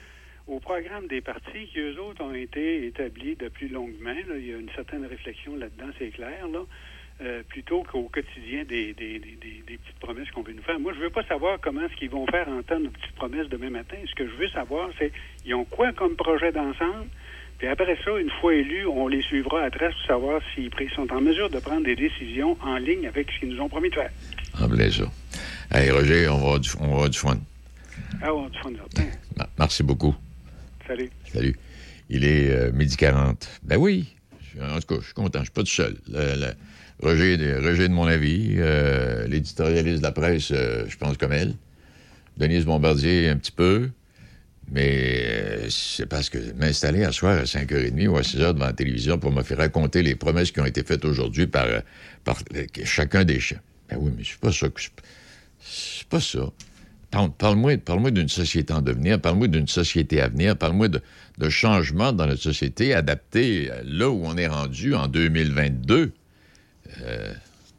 au programme des partis qui, eux autres, ont été établis de plus longuement. Là. Il y a une certaine réflexion là-dedans, c'est clair, là. Euh, plutôt qu'au quotidien des, des, des, des, des petites promesses qu'on veut nous faire. Moi, je veux pas savoir comment est-ce qu'ils vont faire entendre nos petites promesses demain matin. Ce que je veux savoir, c'est ils ont quoi comme projet d'ensemble. Puis après ça, une fois élus, on les suivra à trace pour savoir s'ils sont en mesure de prendre des décisions en ligne avec ce qu'ils nous ont promis de faire. En plein ça. Hey, Roger, on va avoir du, on va avoir du fun. Ah, on va avoir du fun, certain. Merci beaucoup. Salut. Salut. Il est euh, midi quarante. Ben oui. En tout cas, je suis content. Je suis pas tout seul. Le, le, Roger, Roger de mon avis. Euh, l'éditorialiste de la presse, euh, je pense comme elle. Denise Bombardier, un petit peu. Mais euh, c'est parce que m'installer à soir à cinq heures trente ou à six heures devant la télévision pour me faire raconter les promesses qui ont été faites aujourd'hui par, par chacun des chefs. Ben oui, mais c'est pas ça que je... C'est pas ça. Parle, parle-moi, parle-moi d'une société en devenir, parle-moi d'une société à venir, parle-moi de, de changements dans notre société adaptés là où on est rendu en deux mille vingt-deux. Euh,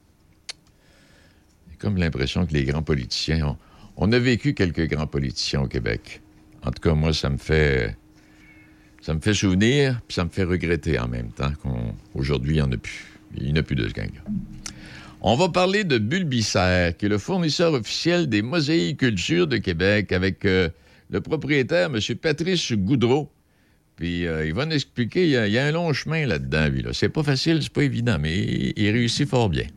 j'ai comme l'impression que les grands politiciens... ont, on a vécu quelques grands politiciens au Québec. En tout cas, moi, ça me fait... Ça me fait souvenir, puis ça me fait regretter en même temps qu'aujourd'hui, il n'y en a plus. Il n'y en a plus de ce gang-là. On va parler de Bulbicère, qui est le fournisseur officiel des mosaïcultures de Québec, avec euh, le propriétaire, M. Patrice Goudreau. Puis euh, il va nous expliquer, il y, a, il y a un long chemin là-dedans, lui. Là. C'est pas facile, c'est pas évident, mais il, il réussit fort bien.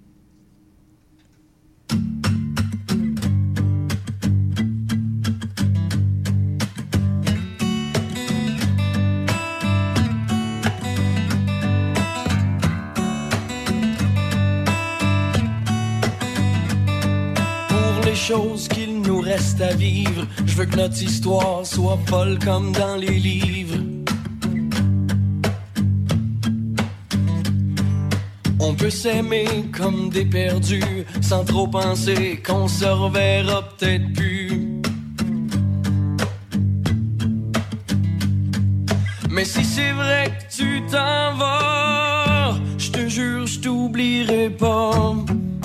Choses qu'il nous reste à vivre. Je veux que notre histoire soit folle comme dans les livres. On peut s'aimer comme des perdus, sans trop penser qu'on se reverra peut-être plus. Mais si c'est vrai que tu t'en vas, je te jure, je t'oublierai pas.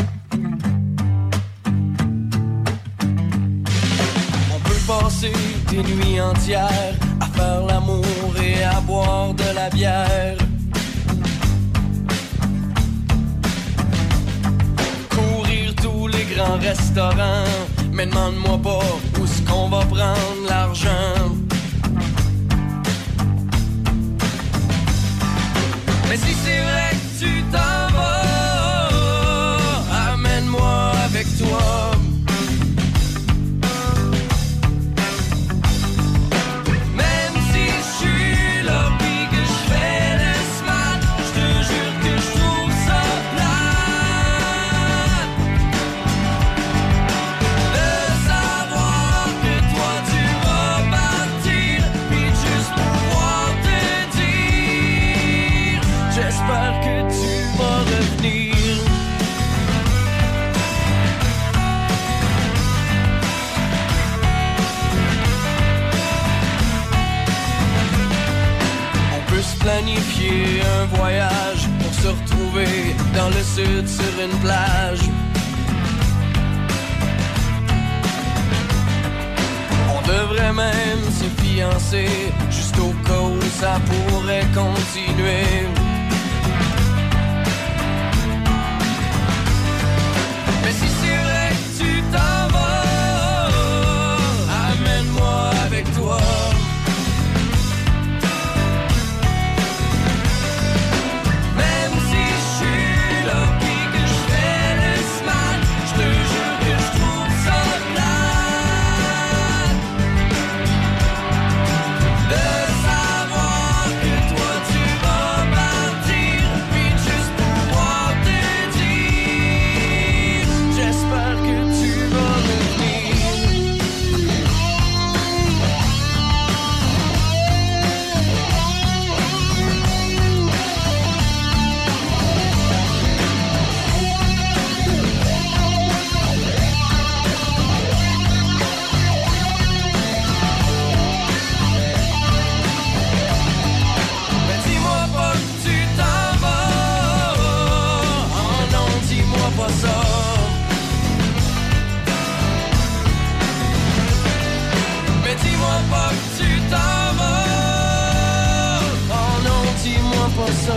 Passer des nuits entières à faire l'amour et à boire de la bière. Courir tous les grands restaurants, mais demande-moi pas où est-ce qu'on va prendre l'argent. Mais si c'est vrai que tu t'en vas, amène-moi avec toi. Planifier un voyage pour se retrouver dans le sud sur une plage. On devrait même se fiancer juste au cas où ça pourrait continuer. Mais si c'est vrai que tu t'en vas, amène-moi avec toi. Bye. pas ça.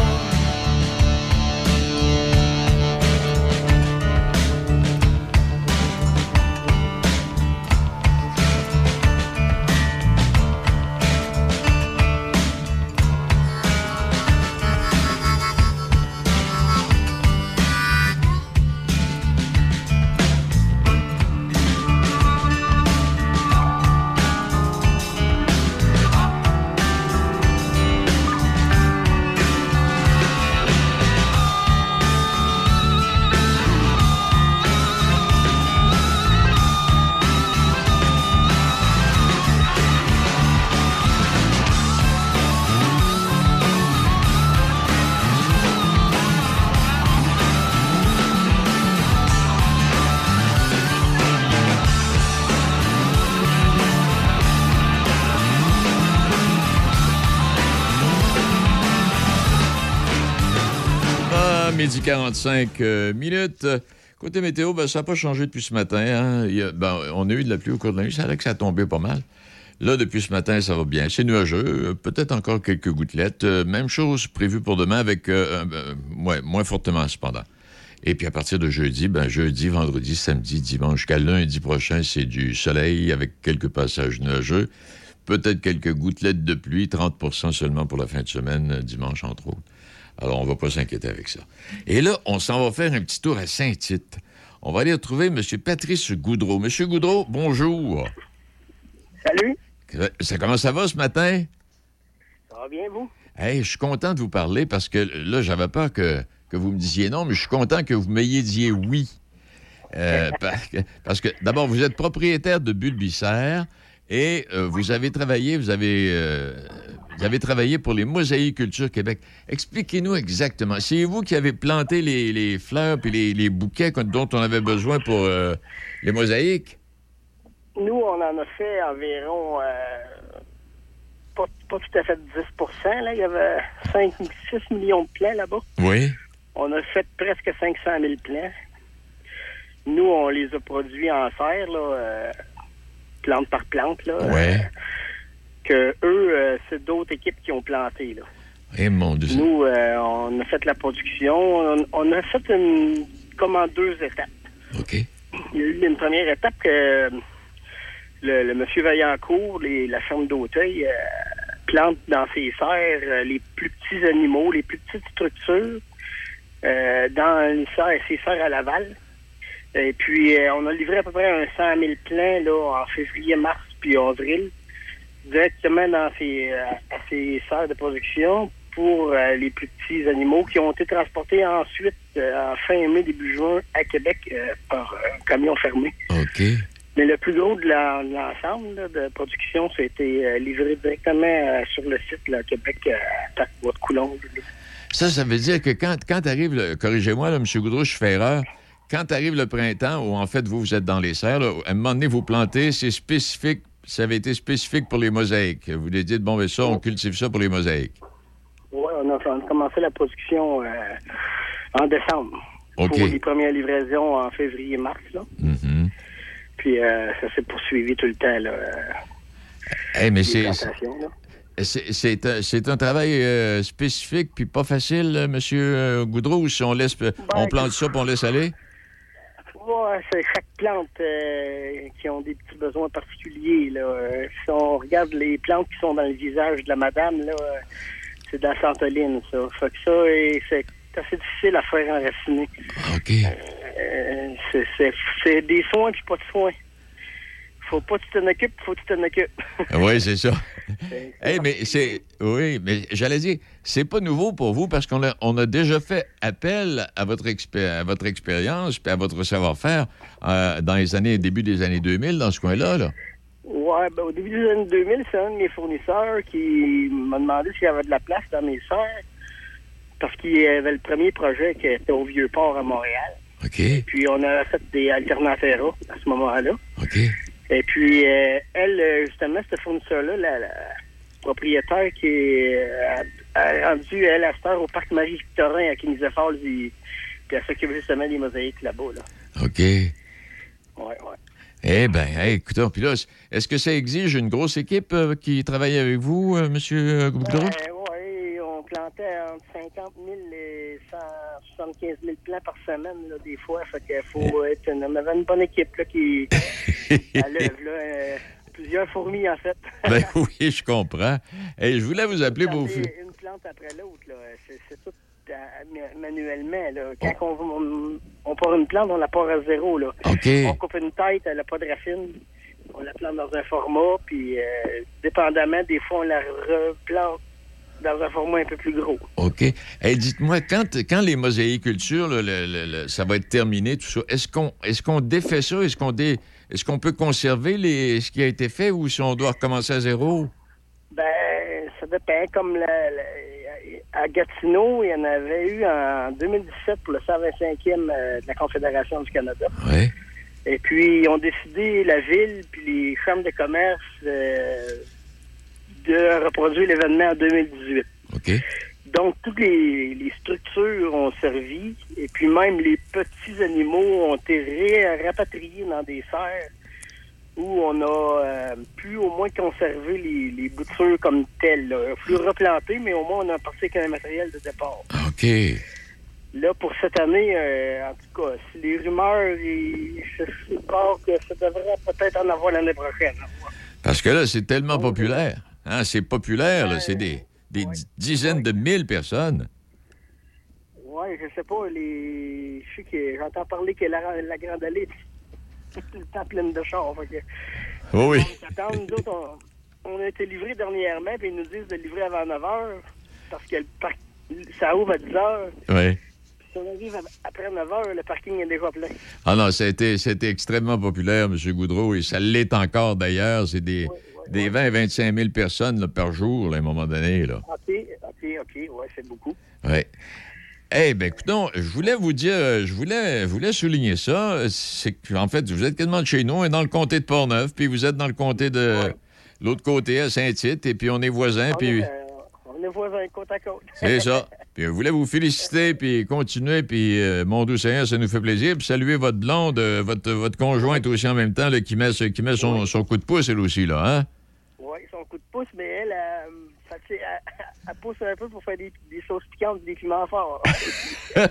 midi quarante-cinq euh, minutes. Côté météo, ben, ça n'a pas changé depuis ce matin. Hein. Il y a, ben, on a eu de la pluie au cours de la nuit. Ça a l'air que ça a tombé pas mal. Là, depuis ce matin, ça va bien. C'est nuageux. Peut-être encore quelques gouttelettes. Euh, même chose prévue pour demain avec... Euh, euh, ouais, moins fortement, cependant. Et puis, à partir de jeudi, ben, jeudi, vendredi, samedi, dimanche, jusqu'à lundi prochain, c'est du soleil avec quelques passages nuageux. Peut-être quelques gouttelettes de pluie, trente pour cent seulement pour la fin de semaine, dimanche, entre autres. Alors, on ne va pas s'inquiéter avec ça. Et là, on s'en va faire un petit tour à Saint-Tite. On va aller retrouver M. Patrice Goudreau. M. Goudreau, bonjour. Salut. Ça, comment ça va ce matin? Ça va bien, vous? Hey, je suis content de vous parler parce que là, j'avais peur que, que vous me disiez non, mais je suis content que vous m'ayez dit oui. Euh, parce que, parce que d'abord, vous êtes propriétaire de Butte-Bicêtre et euh, vous avez travaillé, vous avez... Euh, Vous avez travaillé pour les Mosaïculture Québec. Expliquez-nous exactement. C'est vous qui avez planté les, les fleurs et les, les bouquets dont on avait besoin pour euh, les mosaïques? Nous, on en a fait environ, euh, pas, pas tout à fait dix pour cent. Là. Il y avait cinq six millions de plants là-bas. Oui. On a fait presque cinq cent mille plants. Nous, on les a produits en serre, là, euh, plante par plante. Là. Oui. Euh, que eux, euh, c'est d'autres équipes qui ont planté, là. Eh mon Dieu. Nous, euh, on a fait la production. On, on a fait une, comme en deux étapes. OK. Il y a eu une première étape que le, le monsieur Vaillancourt, les, la ferme d'Auteuil, euh, plante dans ses serres euh, les plus petits animaux, les plus petites structures euh, dans les serres, ses serres à Laval. Et puis, euh, on a livré à peu près un cent mille plants là, en février, mars puis avril, directement dans ces, euh, à ces serres de production pour euh, les plus petits animaux qui ont été transportés ensuite euh, en fin mai, début juin à Québec euh, par euh, un camion fermé. OK. Mais le plus gros de, la, de l'ensemble là, de production, ça a été euh, livré directement euh, sur le site là, à Québec, euh, à Bois-de-Coulombe. Ça, ça veut dire que quand, quand arrive, le, corrigez-moi, là, M. Goudreau, je fais erreur, quand arrive le printemps, où en fait, vous, vous êtes dans les serres, là, à un moment donné, vous plantez, c'est spécifique. Ça avait été spécifique pour les mosaïques. Vous les dites, bon, ben ça, on cultive ça pour les mosaïques. Oui, on a, on a commencé la production euh, en décembre. OK. Pour les premières livraisons en février-mars, là. Mm-hmm. Puis euh, ça s'est poursuivi tout le temps, là. Hey, mais c'est, c'est, c'est, un, c'est un travail euh, spécifique puis pas facile, M. Goudreau, si on laisse, ben, on plante ça puis on laisse aller? Ouais, c'est chaque plante euh, qui ont des petits besoins particuliers. Là. Euh, si on regarde les plantes qui sont dans le visage de la madame, là, euh, c'est de la santoline, ça. Fait que ça, et c'est assez difficile à faire enraciner. OK. Euh, c'est, c'est, c'est des soins puis pas de soins. Faut pas que tu t'en occupes, faut que tu t'en occupes. Oui, c'est ça. C'est, c'est hey, mais c'est... Oui, mais j'allais dire, c'est pas nouveau pour vous parce qu'on a, on a déjà fait appel à votre, expé... à votre expérience et à votre savoir-faire euh, dans les années, début des années deux mille, dans ce coin-là, là. Oui, ben, au début des années deux mille, c'est un de mes fournisseurs qui m'a demandé s'il y avait de la place dans mes serres parce qu'il y avait le premier projet qui était au Vieux-Port à Montréal. OK. Puis on a fait des Alternatera à ce moment-là. OK. Et puis, euh, elle, justement, ce fournisseur-là, la, la propriétaire qui est euh, a rendu, elle, à cette heure, au Parc Marie-Victorin à Kinsey Falls, et, puis elle s'occupe justement des mosaïques là-bas, là. OK. Ouais, ouais. Eh bien, hey, écoutez, puis là, est-ce que ça exige une grosse équipe euh, qui travaille avec vous, euh, M. Goudreau? Euh, oui, on plante plantais entre cinquante mille et cent soixante-quinze mille plants par semaine, là, des fois. Fait qu'il faut être une, on avait une bonne équipe là, qui à l'œuvre, là. Euh, plusieurs fourmis, en fait. Ben oui, je comprends. Et je voulais vous appeler pour... Une plante après l'autre, là. C'est, c'est tout euh, manuellement, là. Quand oh. on, on, on part une plante, on la part à zéro, là. Okay. On coupe une tête, elle n'a pas de racines. On la plante dans un format, puis euh, dépendamment, des fois, on la replante dans un format un peu plus gros. OK. Hey, dites-moi, quand, quand les mosaïcultures, là, le, le, le, ça va être terminé, tout ça, est-ce qu'on, est-ce qu'on défait ça? Est-ce qu'on, dé, est-ce qu'on peut conserver les, ce qui a été fait ou si on doit recommencer à zéro? Ben, ça dépend. Comme la, la, à Gatineau, il y en avait eu en deux mille dix-sept pour le cent vingt-cinquième euh, de la Confédération du Canada. Oui. Et puis, ils ont décidé, la ville puis les chambres de commerce... Euh, de reproduire l'événement en deux mille dix-huit. OK. Donc, toutes les, les structures ont servi, et puis même les petits animaux ont été ré- rapatriés dans des serres où on a euh, pu au moins conserver les, les boutures comme telles. Là. Il faut les replanter, mais au moins on a parti avec un matériel de départ. OK. Là, pour cette année, euh, en tout cas, si les rumeurs, et je suppose que ça devrait peut-être en avoir l'année prochaine. Parce que là, c'est tellement populaire. Hein, c'est populaire, là. C'est des, des ouais. dizaines ouais. de mille personnes. Oui, je sais pas. Les... Je sais que j'entends parler que la, la Grande Allée est tout le temps pleine de chars. Fait que... Oh oui. On nous autres, on, on a été livrés dernièrement, puis ils nous disent de livrer avant neuf heures, parce que le par... ça ouvre à dix heures. Oui. Si on arrive après neuf heures, le parking est déjà plein. Ah non, ça a été, ça a été extrêmement populaire, M. Goudreau, et ça l'est encore d'ailleurs. C'est des... Oui. Des vingt à vingt-cinq mille personnes là, par jour, là, à un moment donné. Là. OK, OK, OK. Oui, c'est beaucoup. Oui. Eh hey, bien, écoutons, je voulais vous dire, je voulais, voulais souligner ça. C'est qu'en fait, vous êtes quasiment de chez nous, on est dans le comté de Portneuf, puis vous êtes dans le comté de ouais. l'autre côté, à Saint-Tite, et puis on est voisins. On, puis... est, euh, on est voisins côte à côte. C'est ça. Puis je voulais vous féliciter, puis continuer, puis euh, mon doux Seigneur, ça nous fait plaisir. Puis saluer votre blonde, euh, votre, votre conjointe aussi en même temps, là, qui met, qui met son, oui. son coup de pouce, elle aussi, là, hein? Oui, son coup de pouce, mais elle, elle, elle, elle, elle pousse un peu pour faire des, des sauces piquantes, des piments forts. Ben,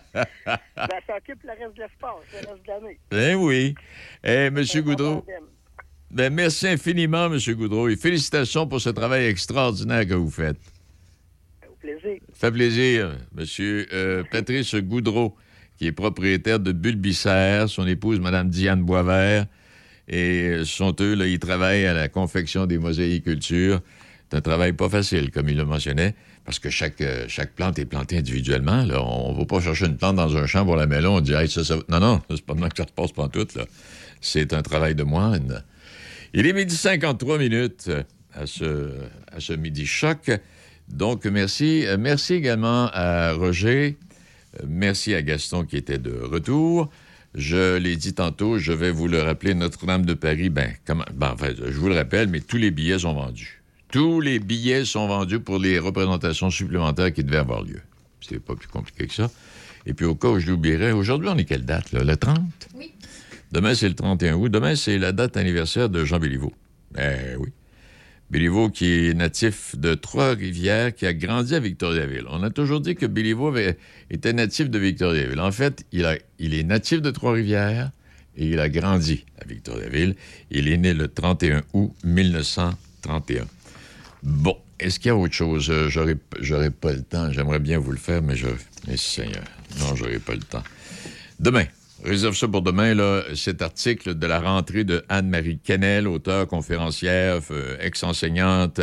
elle s'occupe le reste de l'espace, le reste de l'année. Ben oui. Eh, M. Goudreau, ben merci infiniment, M. Goudreau, et félicitations pour ce travail extraordinaire que vous faites. Au plaisir. Ça fait plaisir, M. Euh, Patrice Goudreau, qui est propriétaire de Bulbicère, son épouse, Mme Diane Boisvert. Et ce sont eux, là, ils travaillent à la confection des mosaïcultures. C'est un travail pas facile, comme il le mentionnait, parce que chaque, chaque plante est plantée individuellement. Là. On ne va pas chercher une plante dans un champ pour la mêler, on dit hey, ça, ça... Non, non, c'est pas maintenant que ça se passe pantoute, là. C'est un travail de moine. Il est midi cinquante-trois minutes à ce, à ce midi choc. Donc, merci. Merci également à Roger. Merci à Gaston qui était de retour. Je l'ai dit tantôt, je vais vous le rappeler, Notre-Dame de Paris, ben, comment, ben, en fait, je vous le rappelle, mais tous les billets sont vendus. Tous les billets sont vendus pour les représentations supplémentaires qui devaient avoir lieu. C'est pas plus compliqué que ça. Et puis, au cas où je l'oublierais, aujourd'hui, on est quelle date, là? Le trente? Oui. Demain, c'est le trente et un août. Demain, c'est la date anniversaire de Jean Béliveau. Eh oui. Béliveau, qui est natif de Trois-Rivières, qui a grandi à Victoriaville. On a toujours dit que Béliveau avait, était natif de Victoriaville. En fait, il, a, il est natif de Trois-Rivières et il a grandi à Victoriaville. Il est né le trente et un août mille neuf cent trente et un. Bon, est-ce qu'il y a autre chose? J'aurais, j'aurais pas le temps. J'aimerais bien vous le faire, mais je... Mais Seigneur, non, j'aurais pas le temps. Demain. Réserve ça pour demain, là, cet article de la rentrée de Anne-Marie Kennel, auteure, conférencière, euh, ex-enseignante,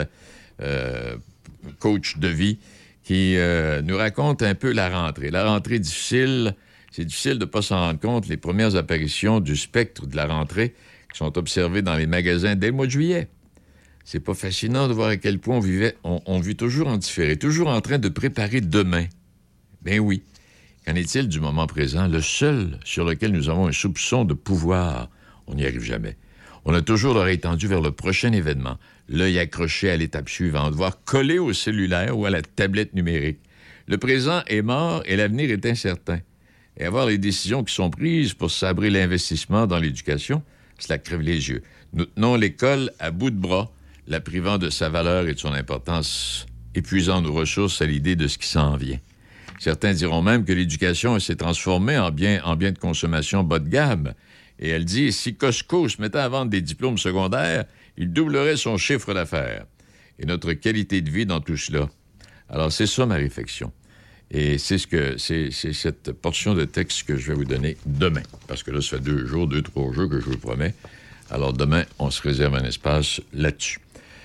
euh, coach de vie, qui euh, nous raconte un peu la rentrée. La rentrée difficile, c'est difficile de ne pas s'en rendre compte, les premières apparitions du spectre de la rentrée qui sont observées dans les magasins dès le mois de juillet. C'est pas fascinant de voir à quel point on vivait, on, on vit toujours en différé, toujours en train de préparer demain. Ben oui. Qu'en est-il du moment présent, le seul sur lequel nous avons un soupçon de pouvoir? On n'y arrive jamais. On a toujours l'oreille tendue vers le prochain événement, l'œil accroché à l'étape suivante, voire collé au cellulaire ou à la tablette numérique. Le présent est mort et l'avenir est incertain. Et avoir les décisions qui sont prises pour sabrer l'investissement dans l'éducation, cela crève les yeux. Nous tenons l'école à bout de bras, la privant de sa valeur et de son importance épuisant nos ressources à l'idée de ce qui s'en vient. Certains diront même que l'éducation s'est transformée en bien, en bien de consommation bas de gamme. Et elle dit, si Costco se mettait à vendre des diplômes secondaires, il doublerait son chiffre d'affaires. Et notre qualité de vie dans tout cela. Alors, c'est ça ma réflexion. Et c'est ce que c'est, c'est cette portion de texte que je vais vous donner demain. Parce que là, ça fait deux jours, deux, trois jours que je vous promets. Alors, demain, on se réserve un espace là-dessus.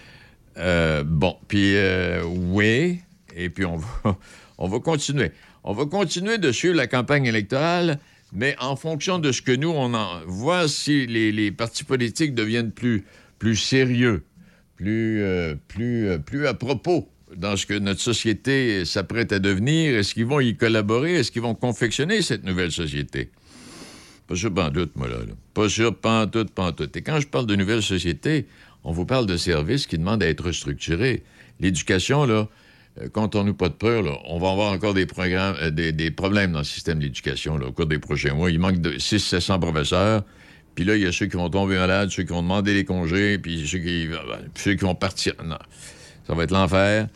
Euh, bon, puis, euh, oui, et puis on va, on va continuer. On va continuer de suivre la campagne électorale, mais en fonction de ce que nous, on en voit, si les, les partis politiques deviennent plus, plus sérieux, plus, euh, plus, euh, plus à propos dans ce que notre société s'apprête à devenir. Est-ce qu'ils vont y collaborer? Est-ce qu'ils vont confectionner cette nouvelle société? Pas sûr pantoute, moi, là, là. Pas sûr pantoute, pantoute. Et quand je parle de nouvelle société, on vous parle de services qui demandent à être restructurés. L'éducation, là, euh, comptons-nous pas de peur, là, on va avoir encore des, programmes, euh, des, des problèmes dans le système d'éducation là, au cours des prochains mois. Il manque de six cents à sept cents professeurs. Puis là, il y a ceux qui vont tomber malades, ceux qui vont demander les congés, puis ceux qui, puis ceux qui vont partir. Non, ça va être l'enfer.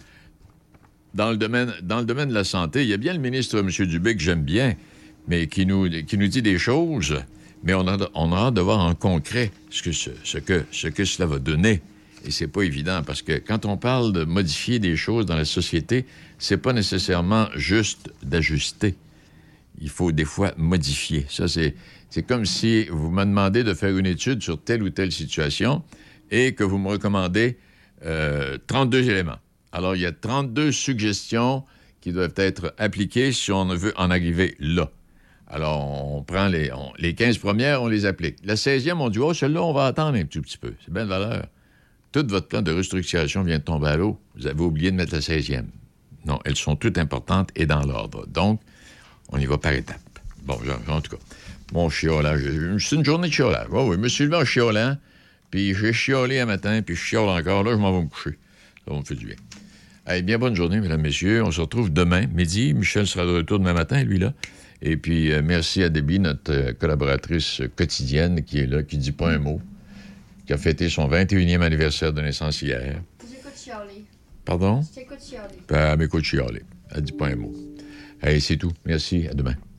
Dans le domaine, dans le domaine de la santé, il y a bien le ministre, M. Dubé, que j'aime bien, mais qui nous, qui nous dit des choses, mais on a, on a hâte de voir en concret ce que, ce, ce que, ce que cela va donner. Et c'est pas évident, parce que quand on parle de modifier des choses dans la société, c'est pas nécessairement juste d'ajuster. Il faut des fois modifier. Ça, c'est, c'est comme si vous me demandez de faire une étude sur telle ou telle situation et que vous me recommandez euh, trente-deux éléments. Alors, il y a trente-deux suggestions qui doivent être appliquées si on veut en arriver là. Alors, on prend les, on, les quinze premières, on les applique. La seizième, on dit, oh, celle-là, on va attendre un tout petit peu. C'est bien de valeur. Tout votre plan de restructuration vient de tomber à l'eau. Vous avez oublié de mettre la seizième. Non, elles sont toutes importantes et dans l'ordre. Donc, on y va par étapes. Bon, en tout cas, mon chiolage, c'est une journée de chiolage. Oh, oui, je me suis levé en chiolant, puis j'ai chiolé un matin, puis je chiole encore. Là, je m'en vais me coucher. Ça va me faire du bien. Allez, bien bonne journée, mesdames, messieurs. On se retrouve demain, midi. Michel sera de retour demain matin, lui, là. Et puis, euh, merci à Debbie, notre euh, collaboratrice quotidienne, qui est là, qui dit pas un mot, qui a fêté son vingt et unième anniversaire de naissance hier. J'écoute chialer. Pardon? J'écoute chialer. Ben, elle m'écoute chialer. Elle dit pas un mot. Allez, c'est tout. Merci. À demain.